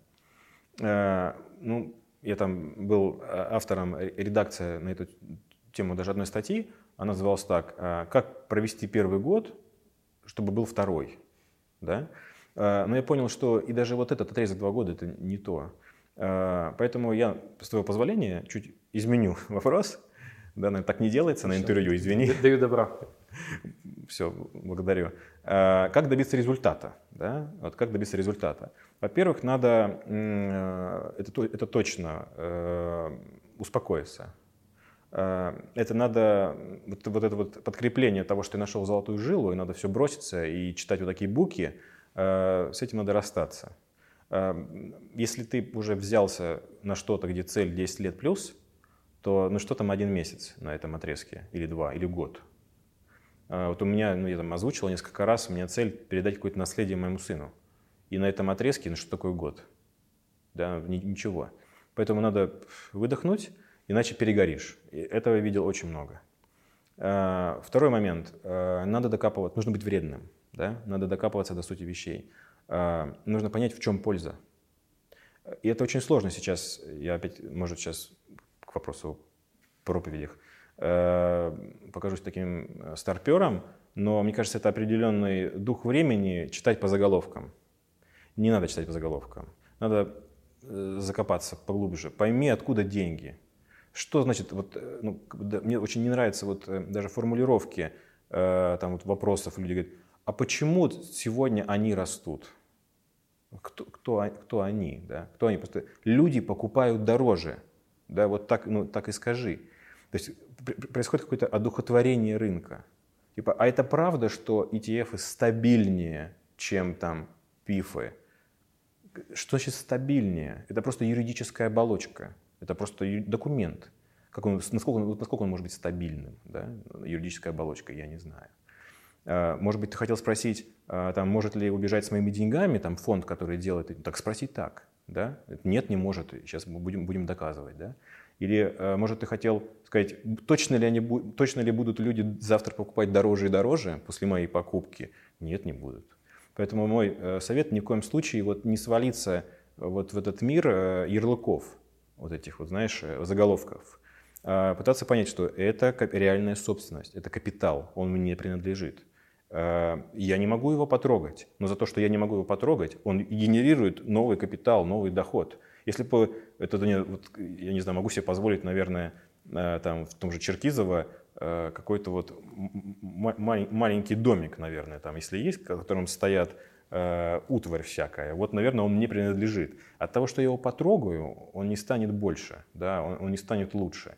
Speaker 1: Ну, я там был автором редакции на эту тему даже одной статьи. Она называлась так: «Как провести 1-й год, чтобы был 2-й». Да? Но я понял, что и даже вот этот отрезок 2 года – это не то. Поэтому я, с твоего позволения, чуть изменю вопрос. Да, наверное, так не делается на интервью, извини.
Speaker 2: Даю добро.
Speaker 1: Все, благодарю. Как добиться результата? Да? Вот как добиться результата? Во-первых, надо, это точно, успокоиться. Это надо, вот это вот подкрепление того, что я нашел золотую жилу, и надо все броситься и читать вот такие буки, с этим надо расстаться. Если ты уже взялся на что-то, где цель 10 лет плюс, то ну что там 1 месяц на этом отрезке, или 2, или год. Вот у меня, ну я там озвучил несколько раз, у меня цель передать какое-то наследие моему сыну. И на этом отрезке, ну что такое год? Да, ничего. Поэтому надо выдохнуть, иначе перегоришь. И этого я видел очень много. Второй момент. Надо докапываться, нужно быть вредным. Да? Надо докапываться до сути вещей. Нужно понять, в чем польза. И это очень сложно сейчас. Я опять, может, сейчас к вопросу о проповедях покажусь таким старпером, но мне кажется, это определенный дух времени читать по заголовкам. Не надо читать по заголовкам. Надо закопаться поглубже. Пойми, откуда деньги. Что значит, вот, ну, мне очень не нравятся вот даже формулировки там вот вопросов. Люди говорят, а почему сегодня они растут? Кто они? Да? Кто они? Просто люди покупают дороже. Да, вот так, ну, так и скажи. То есть происходит какое-то одухотворение рынка. Типа, а это правда, что ETF стабильнее, чем там пифы? Что значит стабильнее? Это просто юридическая оболочка. Это просто документ. Насколько он может быть стабильным? Да? Юридическая оболочка, я не знаю. Может быть, ты хотел спросить, там, может ли убежать с моими деньгами там, фонд, который делает... Так спроси так. Да? Нет, не может. Сейчас мы будем доказывать. Да? Или, может, ты хотел сказать, точно ли будут люди завтра покупать дороже и дороже после моей покупки? Нет, не будут. Поэтому мой совет ни в коем случае вот не свалиться вот в этот мир ярлыков, вот этих вот, знаешь, заголовков. Пытаться понять, что это реальная собственность, это капитал, он мне принадлежит. Я не могу его потрогать, но за то, что я не могу его потрогать, он генерирует новый капитал, новый доход. Если бы это, вот, я не знаю, могу себе позволить, наверное, там, в том же Черкизово какой-то вот маленький домик, наверное, там, если есть, в котором стоят утварь всякая, вот, наверное, он мне принадлежит. От того, что я его потрогаю, он не станет больше, да, он не станет лучше.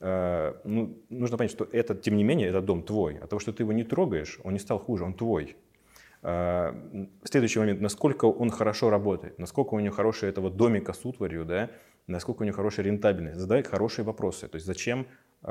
Speaker 1: Ну, нужно понять, что это, тем не менее, этот дом твой. От того, что ты его не трогаешь, он не стал хуже, он твой. Следующий момент, насколько он хорошо работает, насколько у него хороший этого домика с утварью, да, насколько у него хорошая рентабельность. Задай хорошие вопросы. То есть зачем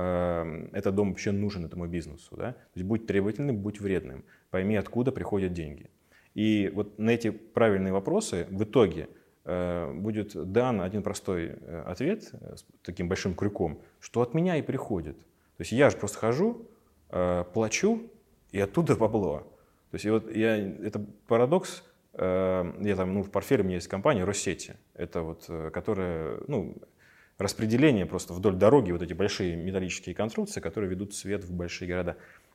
Speaker 1: этот дом вообще нужен этому бизнесу. Да? То есть будь требовательным, будь вредным. Пойми, откуда приходят деньги. И вот на эти правильные вопросы в итоге будет дан один простой ответ с таким большим крюком, что от меня и приходит. То есть я же просто хожу, плачу, и оттуда бабло. То есть это парадокс. Я там, в портфеле у меня есть компания Россети, это вот, которая, распределение просто вдоль дороги, вот эти большие металлические конструкции, которые ведут свет в большие города.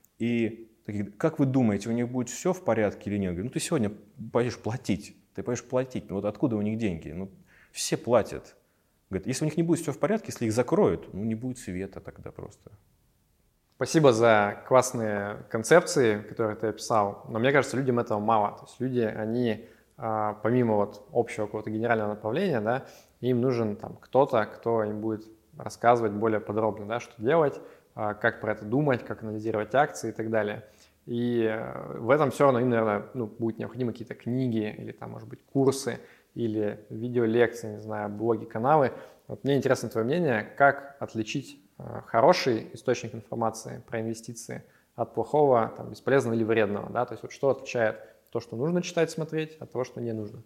Speaker 1: И как вы думаете, у них будет все в порядке или нет? Говорю, ты сегодня пойдешь платить. Вот откуда у них деньги? Все платят. Говорит, если у них не будет все в порядке, если их закроют, не будет света тогда просто.
Speaker 2: Спасибо за классные концепции, которые ты описал. Но мне кажется, людям этого мало. То есть люди, они помимо вот общего какого-то генерального направления, да, им нужен там кто-то, кто им будет рассказывать более подробно, да, что делать, как про это думать, как анализировать акции и так далее. И в этом все равно им, наверное, будут необходимы какие-то книги или там, может быть, курсы или видеолекции, не знаю, блоги, каналы. Вот мне интересно твое мнение, как отличить хороший источник информации про инвестиции от плохого, там, бесполезного или вредного, да, то есть вот что отличает то, что нужно читать, смотреть, от того, что не нужно.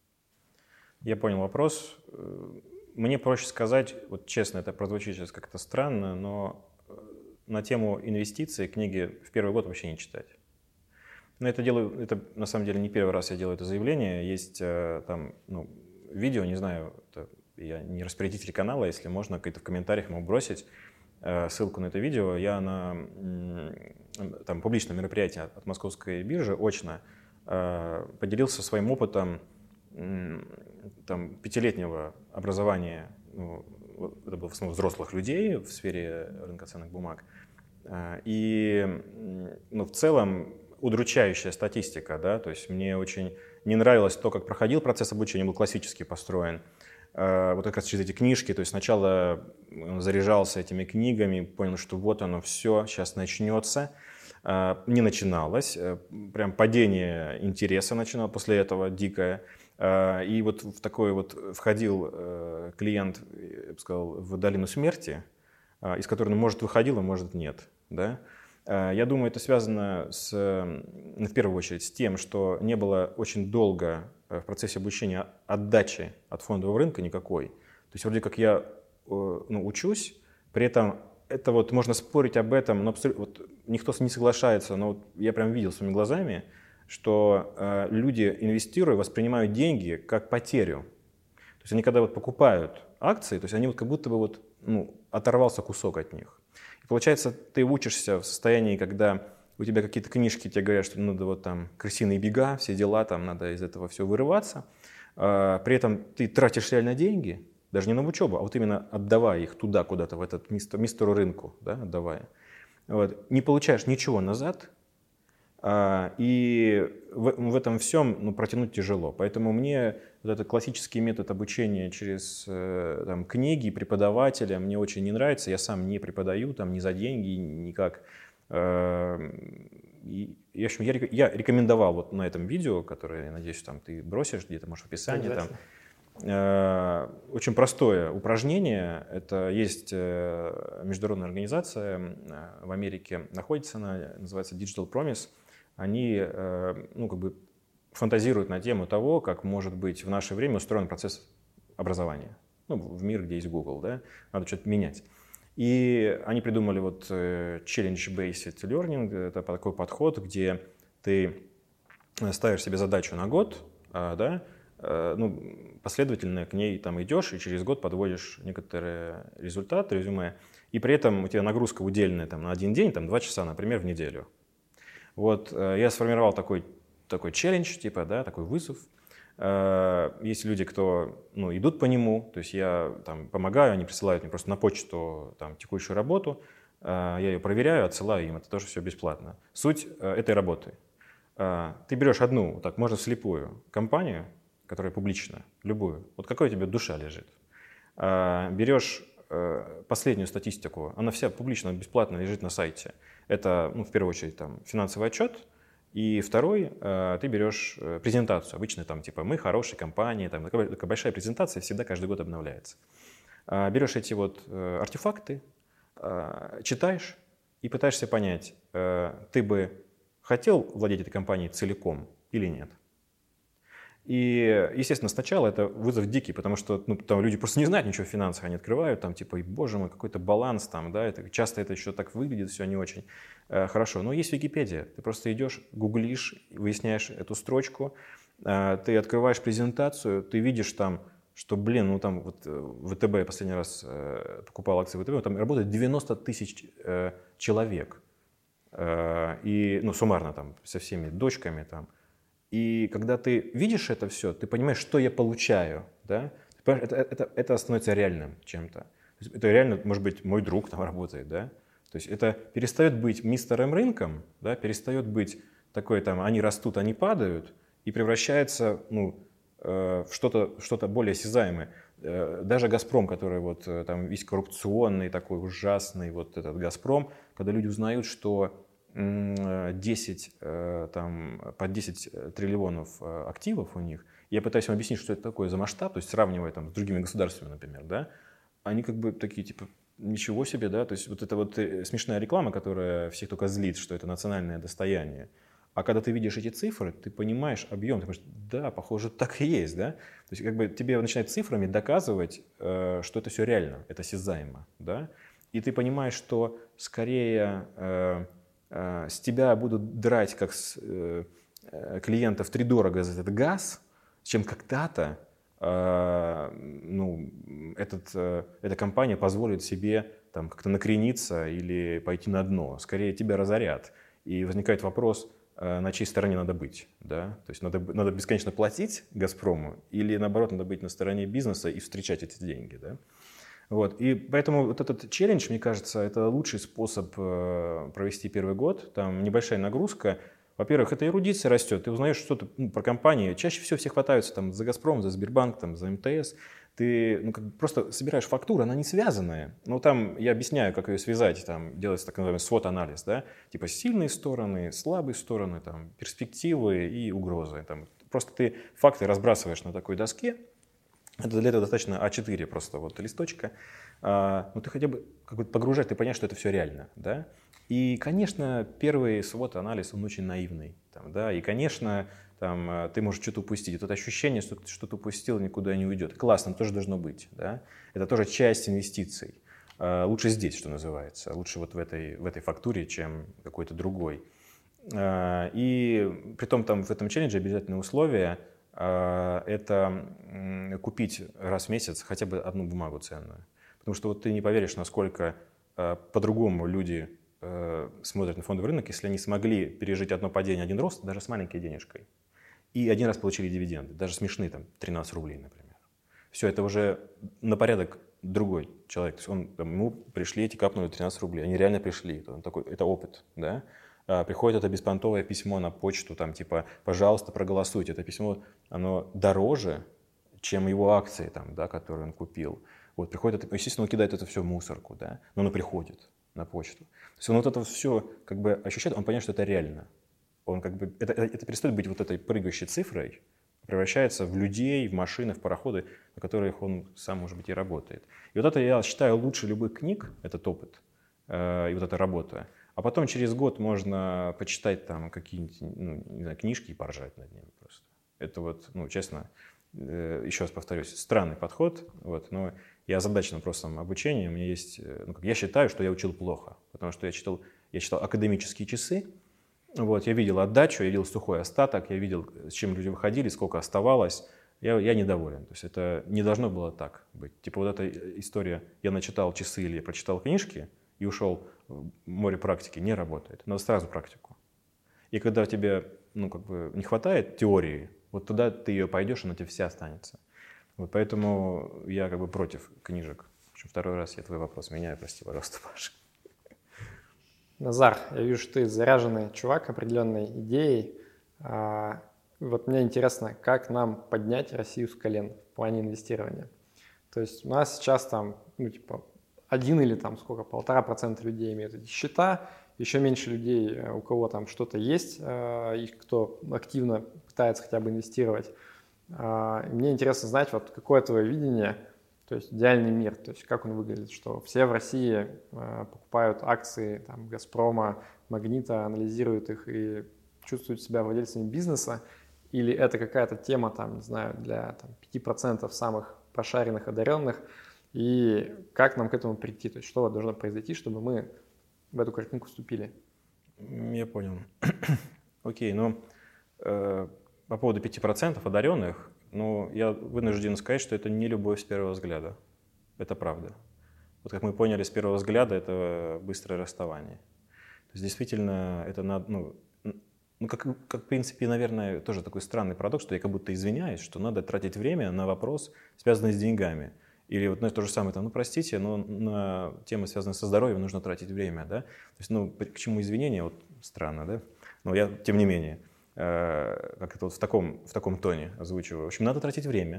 Speaker 1: Я понял вопрос. Мне проще сказать, вот честно, это прозвучит сейчас как-то странно, но на тему инвестиций книги в первый год вообще не читать. Но это на самом деле не первый раз я делаю это заявление. Есть там видео, не знаю, я не распорядитель канала, если можно, какие-то в комментариях ему бросить ссылку на это видео. Я на там, публичном мероприятии от Московской биржи очно поделился своим опытом там, 5-летнего образования, это было в основном взрослых людей в сфере рынка ценных бумаг. И в целом удручающая статистика, да, то есть мне очень не нравилось то, как проходил процесс обучения, был классически построен. Вот как раз через эти книжки, то есть сначала заряжался этими книгами, понял, что вот оно все, сейчас начнется. Не начиналось, прям падение интереса начиналось после этого дикое. И вот в такой вот входил клиент, я бы сказал, в долину смерти, из которой он, может, выходил, а может, нет. Да? Я думаю, это связано в первую очередь с тем, что не было очень долго в процессе обучения отдачи от фондового рынка никакой. То есть вроде как я учусь, при этом это вот можно спорить об этом, но вот никто не соглашается, но вот я прям видел своими глазами, что люди, инвестируя, воспринимают деньги как потерю. То есть они когда вот покупают акции, то есть они вот как будто бы вот, оторвался кусок от них. И получается, ты учишься в состоянии, когда у тебя какие-то книжки тебе говорят, что надо вот там крысиные бега, все дела, там надо из этого все вырываться. При этом ты тратишь реально деньги, даже не на учебу, а вот именно отдавая их туда, куда-то, в этот мистеру рынку, да, отдавая. Вот. Не получаешь ничего назад, и в этом всем протянуть тяжело. Поэтому мне вот этот классический метод обучения через там, книги, преподавателя мне очень не нравится. Я сам не преподаю там, ни за деньги, никак. И, в общем, я рекомендовал вот на этом видео, которое, я надеюсь, там, ты бросишь где-то, может, в описании. Там, очень простое упражнение. Это есть международная организация в Америке, находится она, называется Digital Promise. Они как бы фантазируют на тему того, как может быть в наше время устроен процесс образования. В мир, где есть Google, да? Надо что-то менять. И они придумали вот Challenge-Based Learning. Это такой подход, где ты ставишь себе задачу на год, да? Последовательно к ней там идешь и через год подводишь некоторые результаты, резюме. И при этом у тебя нагрузка удельная там, на один день, там, 2 часа, например, в неделю. Вот я сформировал такой челлендж, типа, да, такой вызов. Есть люди, кто идут по нему, то есть я там помогаю, они присылают мне просто на почту там, текущую работу, я ее проверяю, отсылаю им, это тоже все бесплатно. Суть этой работы. Ты берешь одну, так можно вслепую, компанию, которая публична, любую, вот какой у тебя душа лежит. Берешь последнюю статистику, она вся публично, бесплатно лежит на сайте. Это, в первую очередь, там, финансовый отчет. И второй, ты берешь презентацию. Обычно там, типа, мы хорошая компания. Там, такая большая презентация всегда каждый год обновляется. Берешь эти вот артефакты, читаешь и пытаешься понять, ты бы хотел владеть этой компанией целиком или нет. И, естественно, сначала это вызов дикий, потому что там люди просто не знают ничего о финансах, они открывают, там, типа, боже мой, какой-то баланс там, да, часто это еще так выглядит, все не очень хорошо. Но есть Википедия, ты просто идешь, гуглишь, выясняешь эту строчку, ты открываешь презентацию, ты видишь там, что, там вот ВТБ, я последний раз покупал акции ВТБ, там работает 90 тысяч человек, и, суммарно там, со всеми дочками там. И когда ты видишь это все, ты понимаешь, что я получаю, да? Это становится реальным чем-то. Это реально, может быть, мой друг там работает, да? То есть это перестает быть мистером рынком, да? Перестает быть такой там, они растут, они падают, и превращается в что-то более осязаемое. Даже «Газпром», который вот там весь коррупционный, такой ужасный, вот этот «Газпром», когда люди узнают, что 10, по 10 триллионов активов у них, я пытаюсь им объяснить, что это такое за масштаб, то есть сравнивая там, с другими государствами, например, да, они как бы такие, типа, ничего себе, да, то есть вот это вот смешная реклама, которая всех только злит, что это национальное достояние. А когда ты видишь эти цифры, ты понимаешь объем, ты говоришь, да, похоже, так и есть, да. То есть как бы тебе начинают цифрами доказывать, что это все реально, это осязаемо, да. И ты понимаешь, что скорее с тебя будут драть как с клиентов втридорого за этот газ, чем когда-то эта компания позволит себе там, как-то накрениться или пойти на дно. Скорее тебя разорят. И возникает вопрос, на чьей стороне надо быть. Да? То есть надо бесконечно платить «Газпрому» или, наоборот, надо быть на стороне бизнеса и встречать эти деньги. Да? Вот. И поэтому вот этот челлендж, мне кажется, это лучший способ провести первый год. Там небольшая нагрузка. Во-первых, это эрудиция растет. Ты узнаешь что-то про компании. Чаще всего все хватаются там, за «Газпром», за Сбербанк, там, за МТС. Ты просто собираешь фактуру, она не связанная. Но там я объясняю, как ее связать. Там делается так называемый SWOT-анализ. Да? Типа сильные стороны, слабые стороны, там, перспективы и угрозы. Там, просто ты факты разбрасываешь на такой доске. Для этого достаточно А4 просто вот листочка. Но ты хотя бы как бы погружаешь, ты понимаешь, что это все реально. Да? И, конечно, первый SWOT-анализ, он очень наивный. Там, да? И, конечно, там, ты можешь что-то упустить. Это ощущение, что ты что-то упустил, никуда не уйдет. Классно, тоже должно быть. Да? Это тоже часть инвестиций. Лучше здесь, что называется. Лучше вот в этой фактуре, чем какой-то другой. И при том там в этом челлендже обязательное условие – это купить раз в месяц хотя бы одну бумагу ценную. Потому что вот ты не поверишь, насколько по-другому люди смотрят на фондовый рынок, если они смогли пережить одно падение, один рост, даже с маленькой денежкой. И один раз получили дивиденды, даже смешные, там, 13 рублей, например. Все, это уже на порядок другой человек. То есть ему пришли эти капнули 13 рублей, они реально пришли, это опыт, да? Приходит это беспонтовое письмо на почту, там, типа, пожалуйста, проголосуйте. Это письмо, оно дороже, чем его акции, там, да, которые он купил. Вот приходит, естественно, он кидает это все в мусорку, да, но оно приходит на почту. То есть он вот это все как бы ощущает, он понимает, что это реально. Он как бы, это перестает быть вот этой прыгающей цифрой, превращается в людей, в машины, в пароходы, на которых он сам, может быть, и работает. И вот это, я считаю, лучше любых книг, этот опыт и вот эта работа. А потом через год можно почитать там какие-нибудь, не знаю, книжки и поржать над ними просто. Это вот, честно, еще раз повторюсь, странный подход, вот, но я озадачен вопросом обучения. У меня есть, я считаю, что я учил плохо, потому что я читал академические часы, вот, я видел отдачу, я видел сухой остаток, я видел, с чем люди выходили, сколько оставалось. Я недоволен. То есть это не должно было так быть. Типа вот эта история, я начитал часы или прочитал книжки и ушел в море практики, не работает. Надо сразу практику. И когда тебе не хватает теории, вот туда ты ее пойдешь, она тебе вся останется. Вот поэтому я против книжек. В общем, второй раз я твой вопрос меняю, прости, пожалуйста, Паша.
Speaker 2: Назар, я вижу, что ты заряженный чувак определенной идеей. Вот мне интересно, как нам поднять Россию с колен в плане инвестирования. То есть у нас сейчас там, 1 или там сколько, 1,5% людей имеют эти счета, еще меньше людей, у кого там что-то есть, и кто активно пытается хотя бы инвестировать. Мне интересно знать, вот какое твое видение, то есть идеальный мир, то есть как он выглядит, что все в России покупают акции там, «Газпрома», «Магнита», анализируют их и чувствуют себя владельцами бизнеса, или это какая-то тема, там, не знаю, для 5% самых прошаренных, одаренных, и как нам к этому прийти, то есть что должно произойти, чтобы мы в эту картинку вступили?
Speaker 1: Я понял. Окей, по поводу 5% одаренных, я вынужден сказать, что это не любовь с первого взгляда. Это правда. Вот как мы поняли с первого взгляда, это быстрое расставание. То есть действительно это надо, как в принципе, наверное, тоже такой странный парадокс, что я как будто извиняюсь, что надо тратить время на вопрос, связанный с деньгами. Или вот то же самое, простите, но на темы, связанные со здоровьем, нужно тратить время, да? То есть, к чему извинения, вот странно, да? Но я, тем не менее, как это вот в таком тоне озвучиваю. В общем, надо тратить время,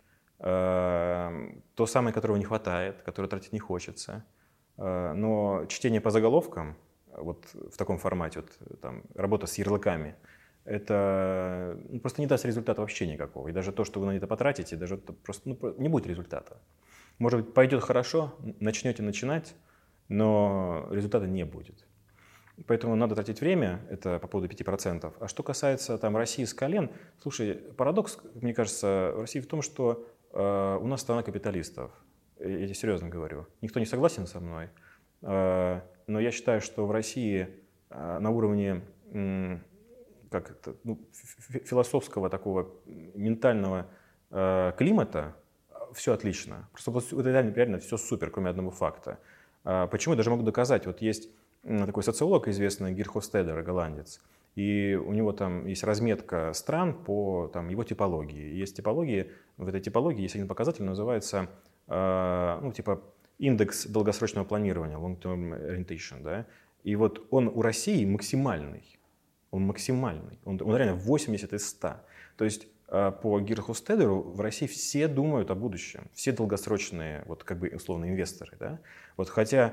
Speaker 1: то самое, которого не хватает, которое тратить не хочется. Но чтение по заголовкам вот в таком формате, вот, там, работа с ярлыками, это просто не даст результата вообще никакого. И даже то, что вы на это потратите, даже просто не будет результата. Может быть, пойдет хорошо, начнете начинать, но результата не будет. Поэтому надо тратить время, это по поводу 5%. А что касается там, России с колен, слушай, парадокс, мне кажется, в России в том, что у нас страна капиталистов. Я тебе серьезно говорю. Никто не согласен со мной. Но я считаю, что в России на уровне философского такого ментального климата все отлично. Просто вот реально все супер, кроме одного факта. Почему? Я даже могу доказать. Вот есть такой социолог известный, Гир Хофстедер, голландец, и у него там есть разметка стран по там, его типологии. Есть типологии, в этой типологии есть один показатель, называется типа индекс долгосрочного планирования, long-term orientation, да? И вот он у России максимальный. Он максимальный. Он реально 80 из 100. То есть по Гиру Хофстедеру в России все думают о будущем. Все долгосрочные, вот как бы условно, инвесторы. Да? Вот хотя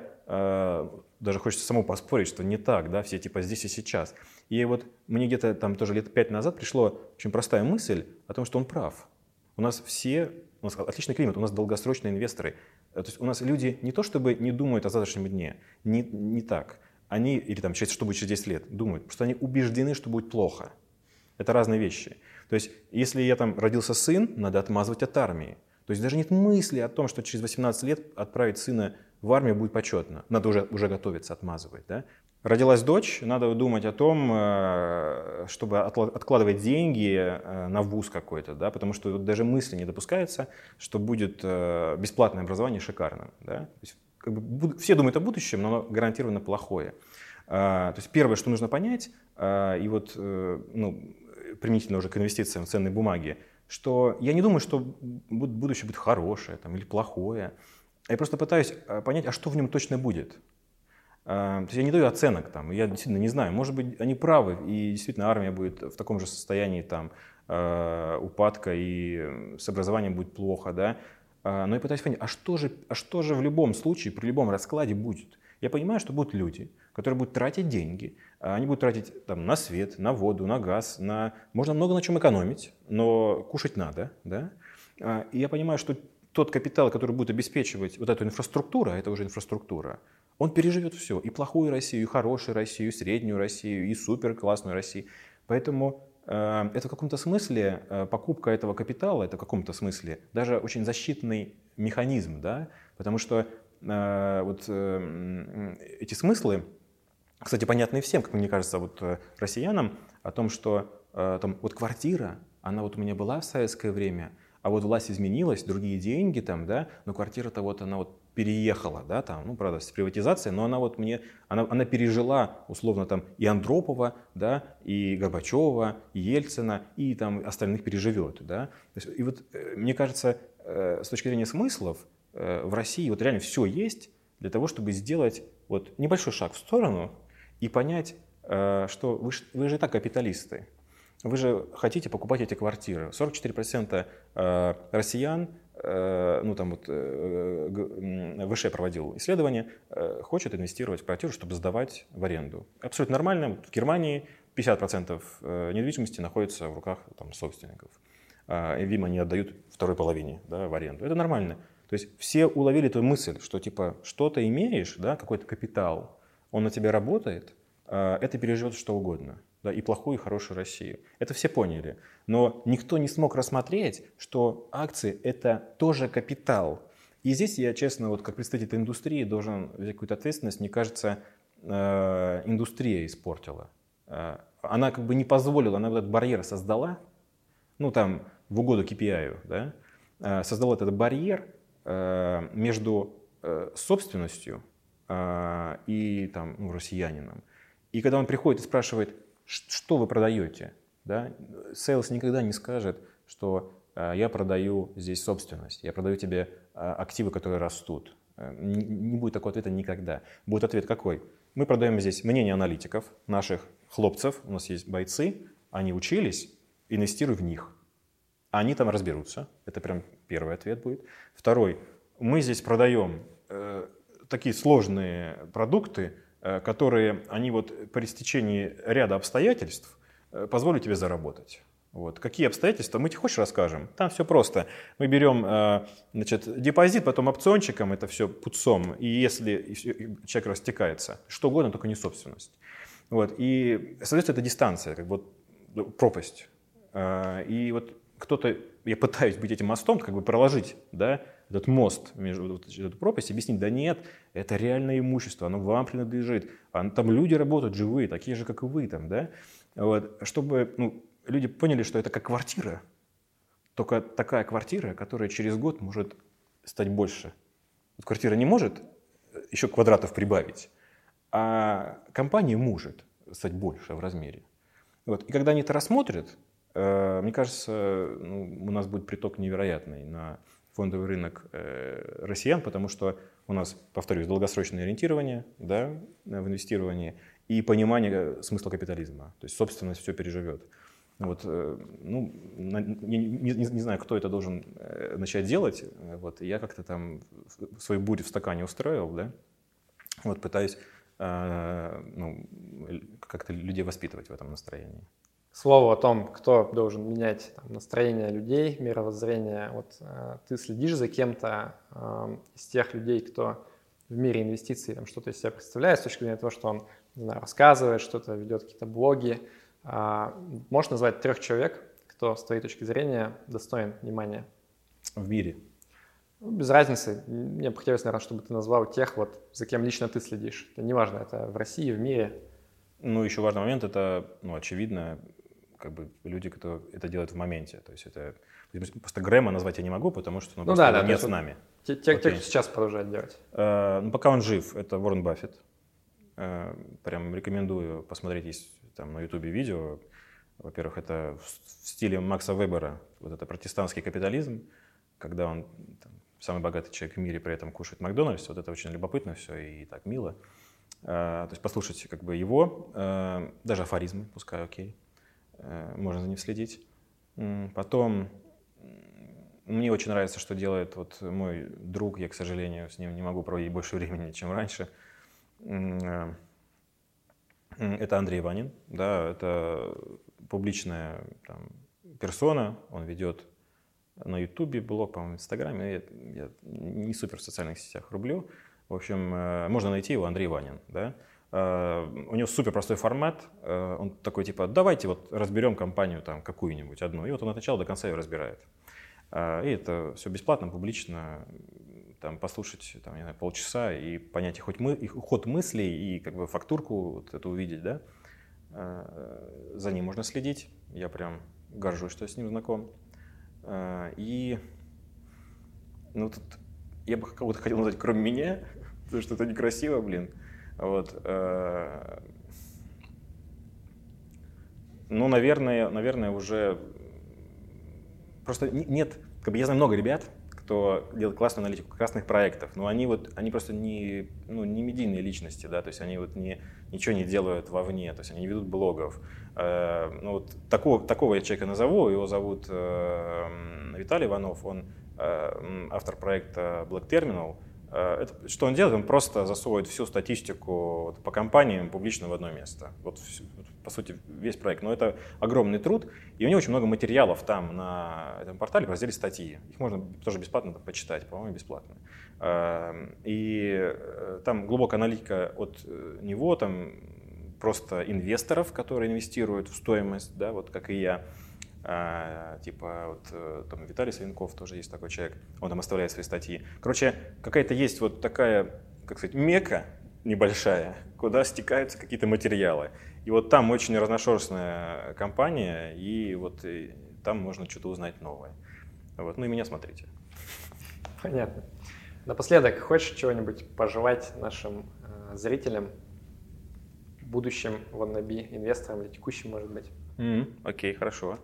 Speaker 1: даже хочется самому поспорить, что не так, да? Все типа здесь и сейчас. И вот мне где-то там тоже лет 5 назад пришла очень простая мысль о том, что он прав. У нас отличный климат, у нас долгосрочные инвесторы. То есть у нас люди не то чтобы не думают о завтрашнем дне, не так. Они, или там, что будет через 10 лет, думают, потому что они убеждены, что будет плохо. Это разные вещи. То есть, если я там родился сын, надо отмазывать от армии. То есть даже нет мысли о том, что через 18 лет отправить сына в армию будет почетно. Надо уже готовиться, отмазывать. Да? Родилась дочь, надо думать о том, чтобы откладывать деньги на вуз какой-то, да? Потому что даже мысли не допускается, что будет бесплатное образование шикарным. Да? То есть, как бы, все думают о будущем, но оно гарантированно плохое. То есть первое, что нужно понять, и вот применительно уже к инвестициям в ценные бумаги, что я не думаю, что будущее будет хорошее там, или плохое. Я просто пытаюсь понять, а что в нем точно будет. То есть я не даю оценок, там, я действительно не знаю. Может быть, они правы, и действительно армия будет в таком же состоянии там, упадка, и с образованием будет плохо. Да? Но я пытаюсь понять, а что же в любом случае, при любом раскладе будет? Я понимаю, что будут люди, которые будут тратить деньги. Они будут тратить там, на свет, на воду, на газ. Можно много на чем экономить, но кушать надо. Да? И я понимаю, что тот капитал, который будет обеспечивать вот эту инфраструктуру, а это уже инфраструктура, он переживет все. И плохую Россию, и хорошую Россию, и среднюю Россию, и суперклассную Россию. Поэтому это в каком-то смысле, покупка этого капитала, это в каком-то смысле даже очень защитный механизм. Да? Потому что эти смыслы, кстати, понятны всем, как мне кажется, вот россиянам, о том, что там, вот квартира, она вот у меня была в советское время, а вот власть изменилась, другие деньги там, да, но квартира-то вот она вот переехала, да, там, правда, с приватизацией, но она вот она пережила, условно, там, и Андропова, да, и Горбачева, и Ельцина, и там остальных переживет, да. То есть, и вот, мне кажется, с точки зрения смыслов, в России вот реально все есть для того, чтобы сделать вот небольшой шаг в сторону и понять, что вы же и так капиталисты. Вы же хотите покупать эти квартиры. 44% россиян, ВШ проводил исследование, хочет инвестировать в квартиру, чтобы сдавать в аренду. Абсолютно нормально. В Германии 50% недвижимости находится в руках там, собственников. И, видимо, они отдают второй половине, да, в аренду. Это нормально. То есть все уловили эту мысль, что типа что-то имеешь, да, какой-то капитал, он на тебя работает, это переживет что угодно. Да, и плохую, и хорошую Россию. Это все поняли. Но никто не смог рассмотреть, что акции – это тоже капитал. И здесь я, честно, вот как представитель индустрии должен взять какую-то ответственность. Мне кажется, индустрия испортила. Она как бы не позволила, она вот этот барьер создала, в угоду KPI, да, создала этот барьер между собственностью и россиянином. И когда он приходит и спрашивает, что вы продаете, да, сейлс никогда не скажет, что я продаю здесь собственность, я продаю тебе активы, которые растут. Не будет такого ответа никогда. Будет ответ какой? Мы продаем здесь мнение аналитиков, наших хлопцев, у нас есть бойцы, они учились, инвестируй в них. Они там разберутся. Это прям первый ответ будет. Второй. Мы здесь продаем такие сложные продукты, которые, они вот при стечении ряда обстоятельств позволят тебе заработать. Вот. Какие обстоятельства? Мы тебе хочешь расскажем? Там все просто. Мы берем, значит, депозит, потом опциончиком, это все путцом, и если человек растекается, что угодно, только не собственность. Вот. И создается эта дистанция, как бы вот пропасть. И вот кто-то, я пытаюсь быть этим мостом, как бы проложить, да, этот мост между вот, эту пропасть, объяснить, да нет, это реальное имущество, оно вам принадлежит, там люди работают живые, такие же, как и вы там, да, вот, чтобы, ну, люди поняли, что это как квартира, только такая квартира, которая через год может стать больше. Вот квартира не может еще квадратов прибавить, а компания может стать больше в размере. Вот. И когда они это рассмотрят, мне кажется, ну, у нас будет приток невероятный на фондовый рынок россиян, потому что у нас, повторюсь, долгосрочное ориентирование, да, в инвестировании и понимание смысла капитализма. То есть собственность все переживет. Вот, ну, не знаю, кто это должен начать делать. Вот, я как-то там свою бурю в стакане устроил, да? Вот, пытаюсь ну, как-то людей воспитывать в этом настроении.
Speaker 2: Слово о том, кто должен менять там, настроение людей, мировоззрение. Вот ты следишь за кем-то из тех людей, кто в мире инвестиций там, что-то из себя представляет, с точки зрения того, что он, не знаю, рассказывает, что-то ведет какие-то блоги. Можешь назвать 3 человек, кто с твоей точки зрения достоин внимания?
Speaker 1: В мире?
Speaker 2: Ну, без разницы. Мне бы хотелось, наверное, чтобы ты назвал тех, вот, за кем лично ты следишь. Это неважно, это в России, в мире.
Speaker 1: Ну, еще важный момент, это, ну, очевидно, как бы люди, кто это делает в моменте. То есть это просто Грэма назвать я не могу, потому что
Speaker 2: ну, да,
Speaker 1: нет с нами.
Speaker 2: Те, кто сейчас продолжает делать.
Speaker 1: Ну, пока он жив, это Уоррен Баффет. Прям рекомендую посмотреть, есть там на Ютубе видео. Во-первых, это в стиле Макса Вебера, вот это протестантский капитализм, когда он там, самый богатый человек в мире, при этом кушает Макдональдс. Вот это очень любопытно все и так мило. То есть послушайте как бы его, даже афоризмы, пускай окей. Можно за ним следить. Потом мне очень нравится, что делает вот мой друг. Я, к сожалению, с ним не могу проводить больше времени, чем раньше. Это Андрей Ванин. Да, это публичная там, персона. Он ведет на Ютубе блог, по-моему, в Инстаграме. Я не супер в социальных сетях рублю. В общем, можно найти его, Андрей Ванин. Да? У него супер простой формат. Он такой типа, давайте вот разберем компанию там какую-нибудь одну. И вот он от начала до конца ее разбирает. И это все бесплатно, публично. Там, послушать там, не знаю, полчаса и понять их ход мыслей и как бы фактурку вот эту увидеть. Да? За ним можно следить. Я прям горжусь, что я с ним знаком. И ну, тут я бы кого-то хотел назвать, кроме меня, потому что это некрасиво, блин. Вот. Ну, наверное, уже просто нет. Как бы я знаю много ребят, кто делает классную аналитику красных проектов, но они просто не медийные личности, да, то есть они вот ничего не делают вовне, то есть они не ведут блогов. Ну, вот такого я человека назову, его зовут Виталий Иванов, он автор проекта Black Terminal. Что он делает? Он просто засовывает всю статистику по компаниям публично в одно место. Вот, по сути, весь проект. Но это огромный труд, и у него очень много материалов там на этом портале в разделе статьи. Их можно тоже бесплатно почитать, по-моему, бесплатно. И там глубокая аналитика от него, там просто инвесторов, которые инвестируют в стоимость, да, вот как и я. Типа вот там Виталий Савенков тоже есть такой человек, он там оставляет свои статьи. Короче, какая-то есть вот такая, как сказать, мекка небольшая, куда стекаются какие-то материалы. И вот там очень разношерстная компания, и вот и там можно что-то узнать новое. Вот. Ну и меня смотрите.
Speaker 2: Понятно. Напоследок, хочешь чего-нибудь пожелать нашим зрителям, будущим wannabe инвесторам или текущим, может быть?
Speaker 1: Окей, хорошо.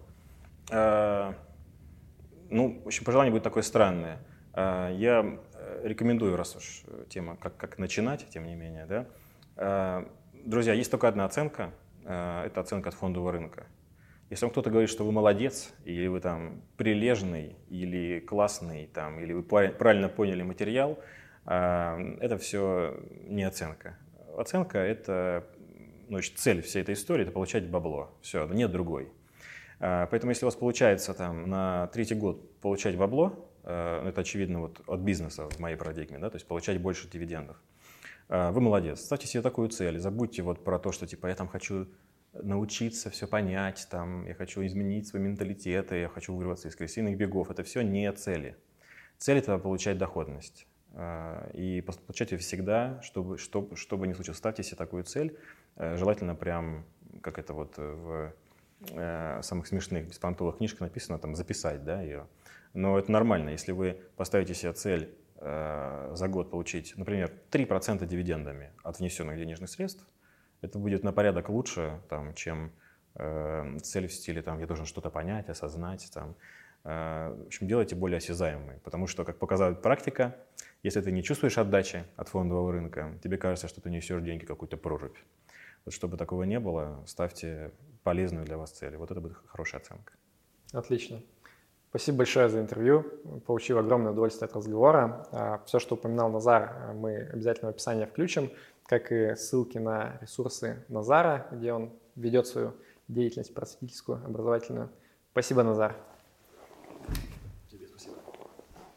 Speaker 1: Ну, в общем, пожелание будет такое странное. Я рекомендую, раз уж тема как начинать, тем не менее, да. Друзья, есть только одна оценка, это оценка от фондового рынка. Если вам кто-то говорит, что вы молодец, или вы там прилежный, или классный, там, или вы правильно поняли материал, это все не оценка. оценка – это, значит, цель всей этой истории – это получать бабло. Все, нет другой. Поэтому если у вас получается там, на третий год получать бабло, это очевидно вот от бизнеса в моей парадигме, да, то есть получать больше дивидендов, вы молодец. Ставьте себе такую цель. Забудьте вот про то, что типа я там хочу научиться все понять, там, я хочу изменить свой менталитет, я хочу вырваться из крысиных бегов. Это все не цели. Цель – это получать доходность. И получать ее всегда, чтобы не случилось. Ставьте себе такую цель. Желательно прям, как это вот в самых смешных беспонтовых книжках написано, там, записать, да, ее. Но это нормально. Если вы поставите себе цель за год получить, например, 3% дивидендами от внесенных денежных средств, это будет на порядок лучше, там, чем цель в стиле там, «я должен что-то понять, осознать». Там. В общем, делайте более осязаемой, потому что, как показывает практика, если ты не чувствуешь отдачи от фондового рынка, тебе кажется, что ты несешь деньги какую-то прорубь. Вот чтобы такого не было, ставьте полезную для вас цель. Вот это будет хорошая оценка.
Speaker 2: Отлично. Спасибо большое за интервью. Получил огромное удовольствие от разговора. Все, что упоминал Назар, мы обязательно в описании включим, как и ссылки на ресурсы Назара, где он ведет свою деятельность просветительскую, образовательную. Спасибо, Назар.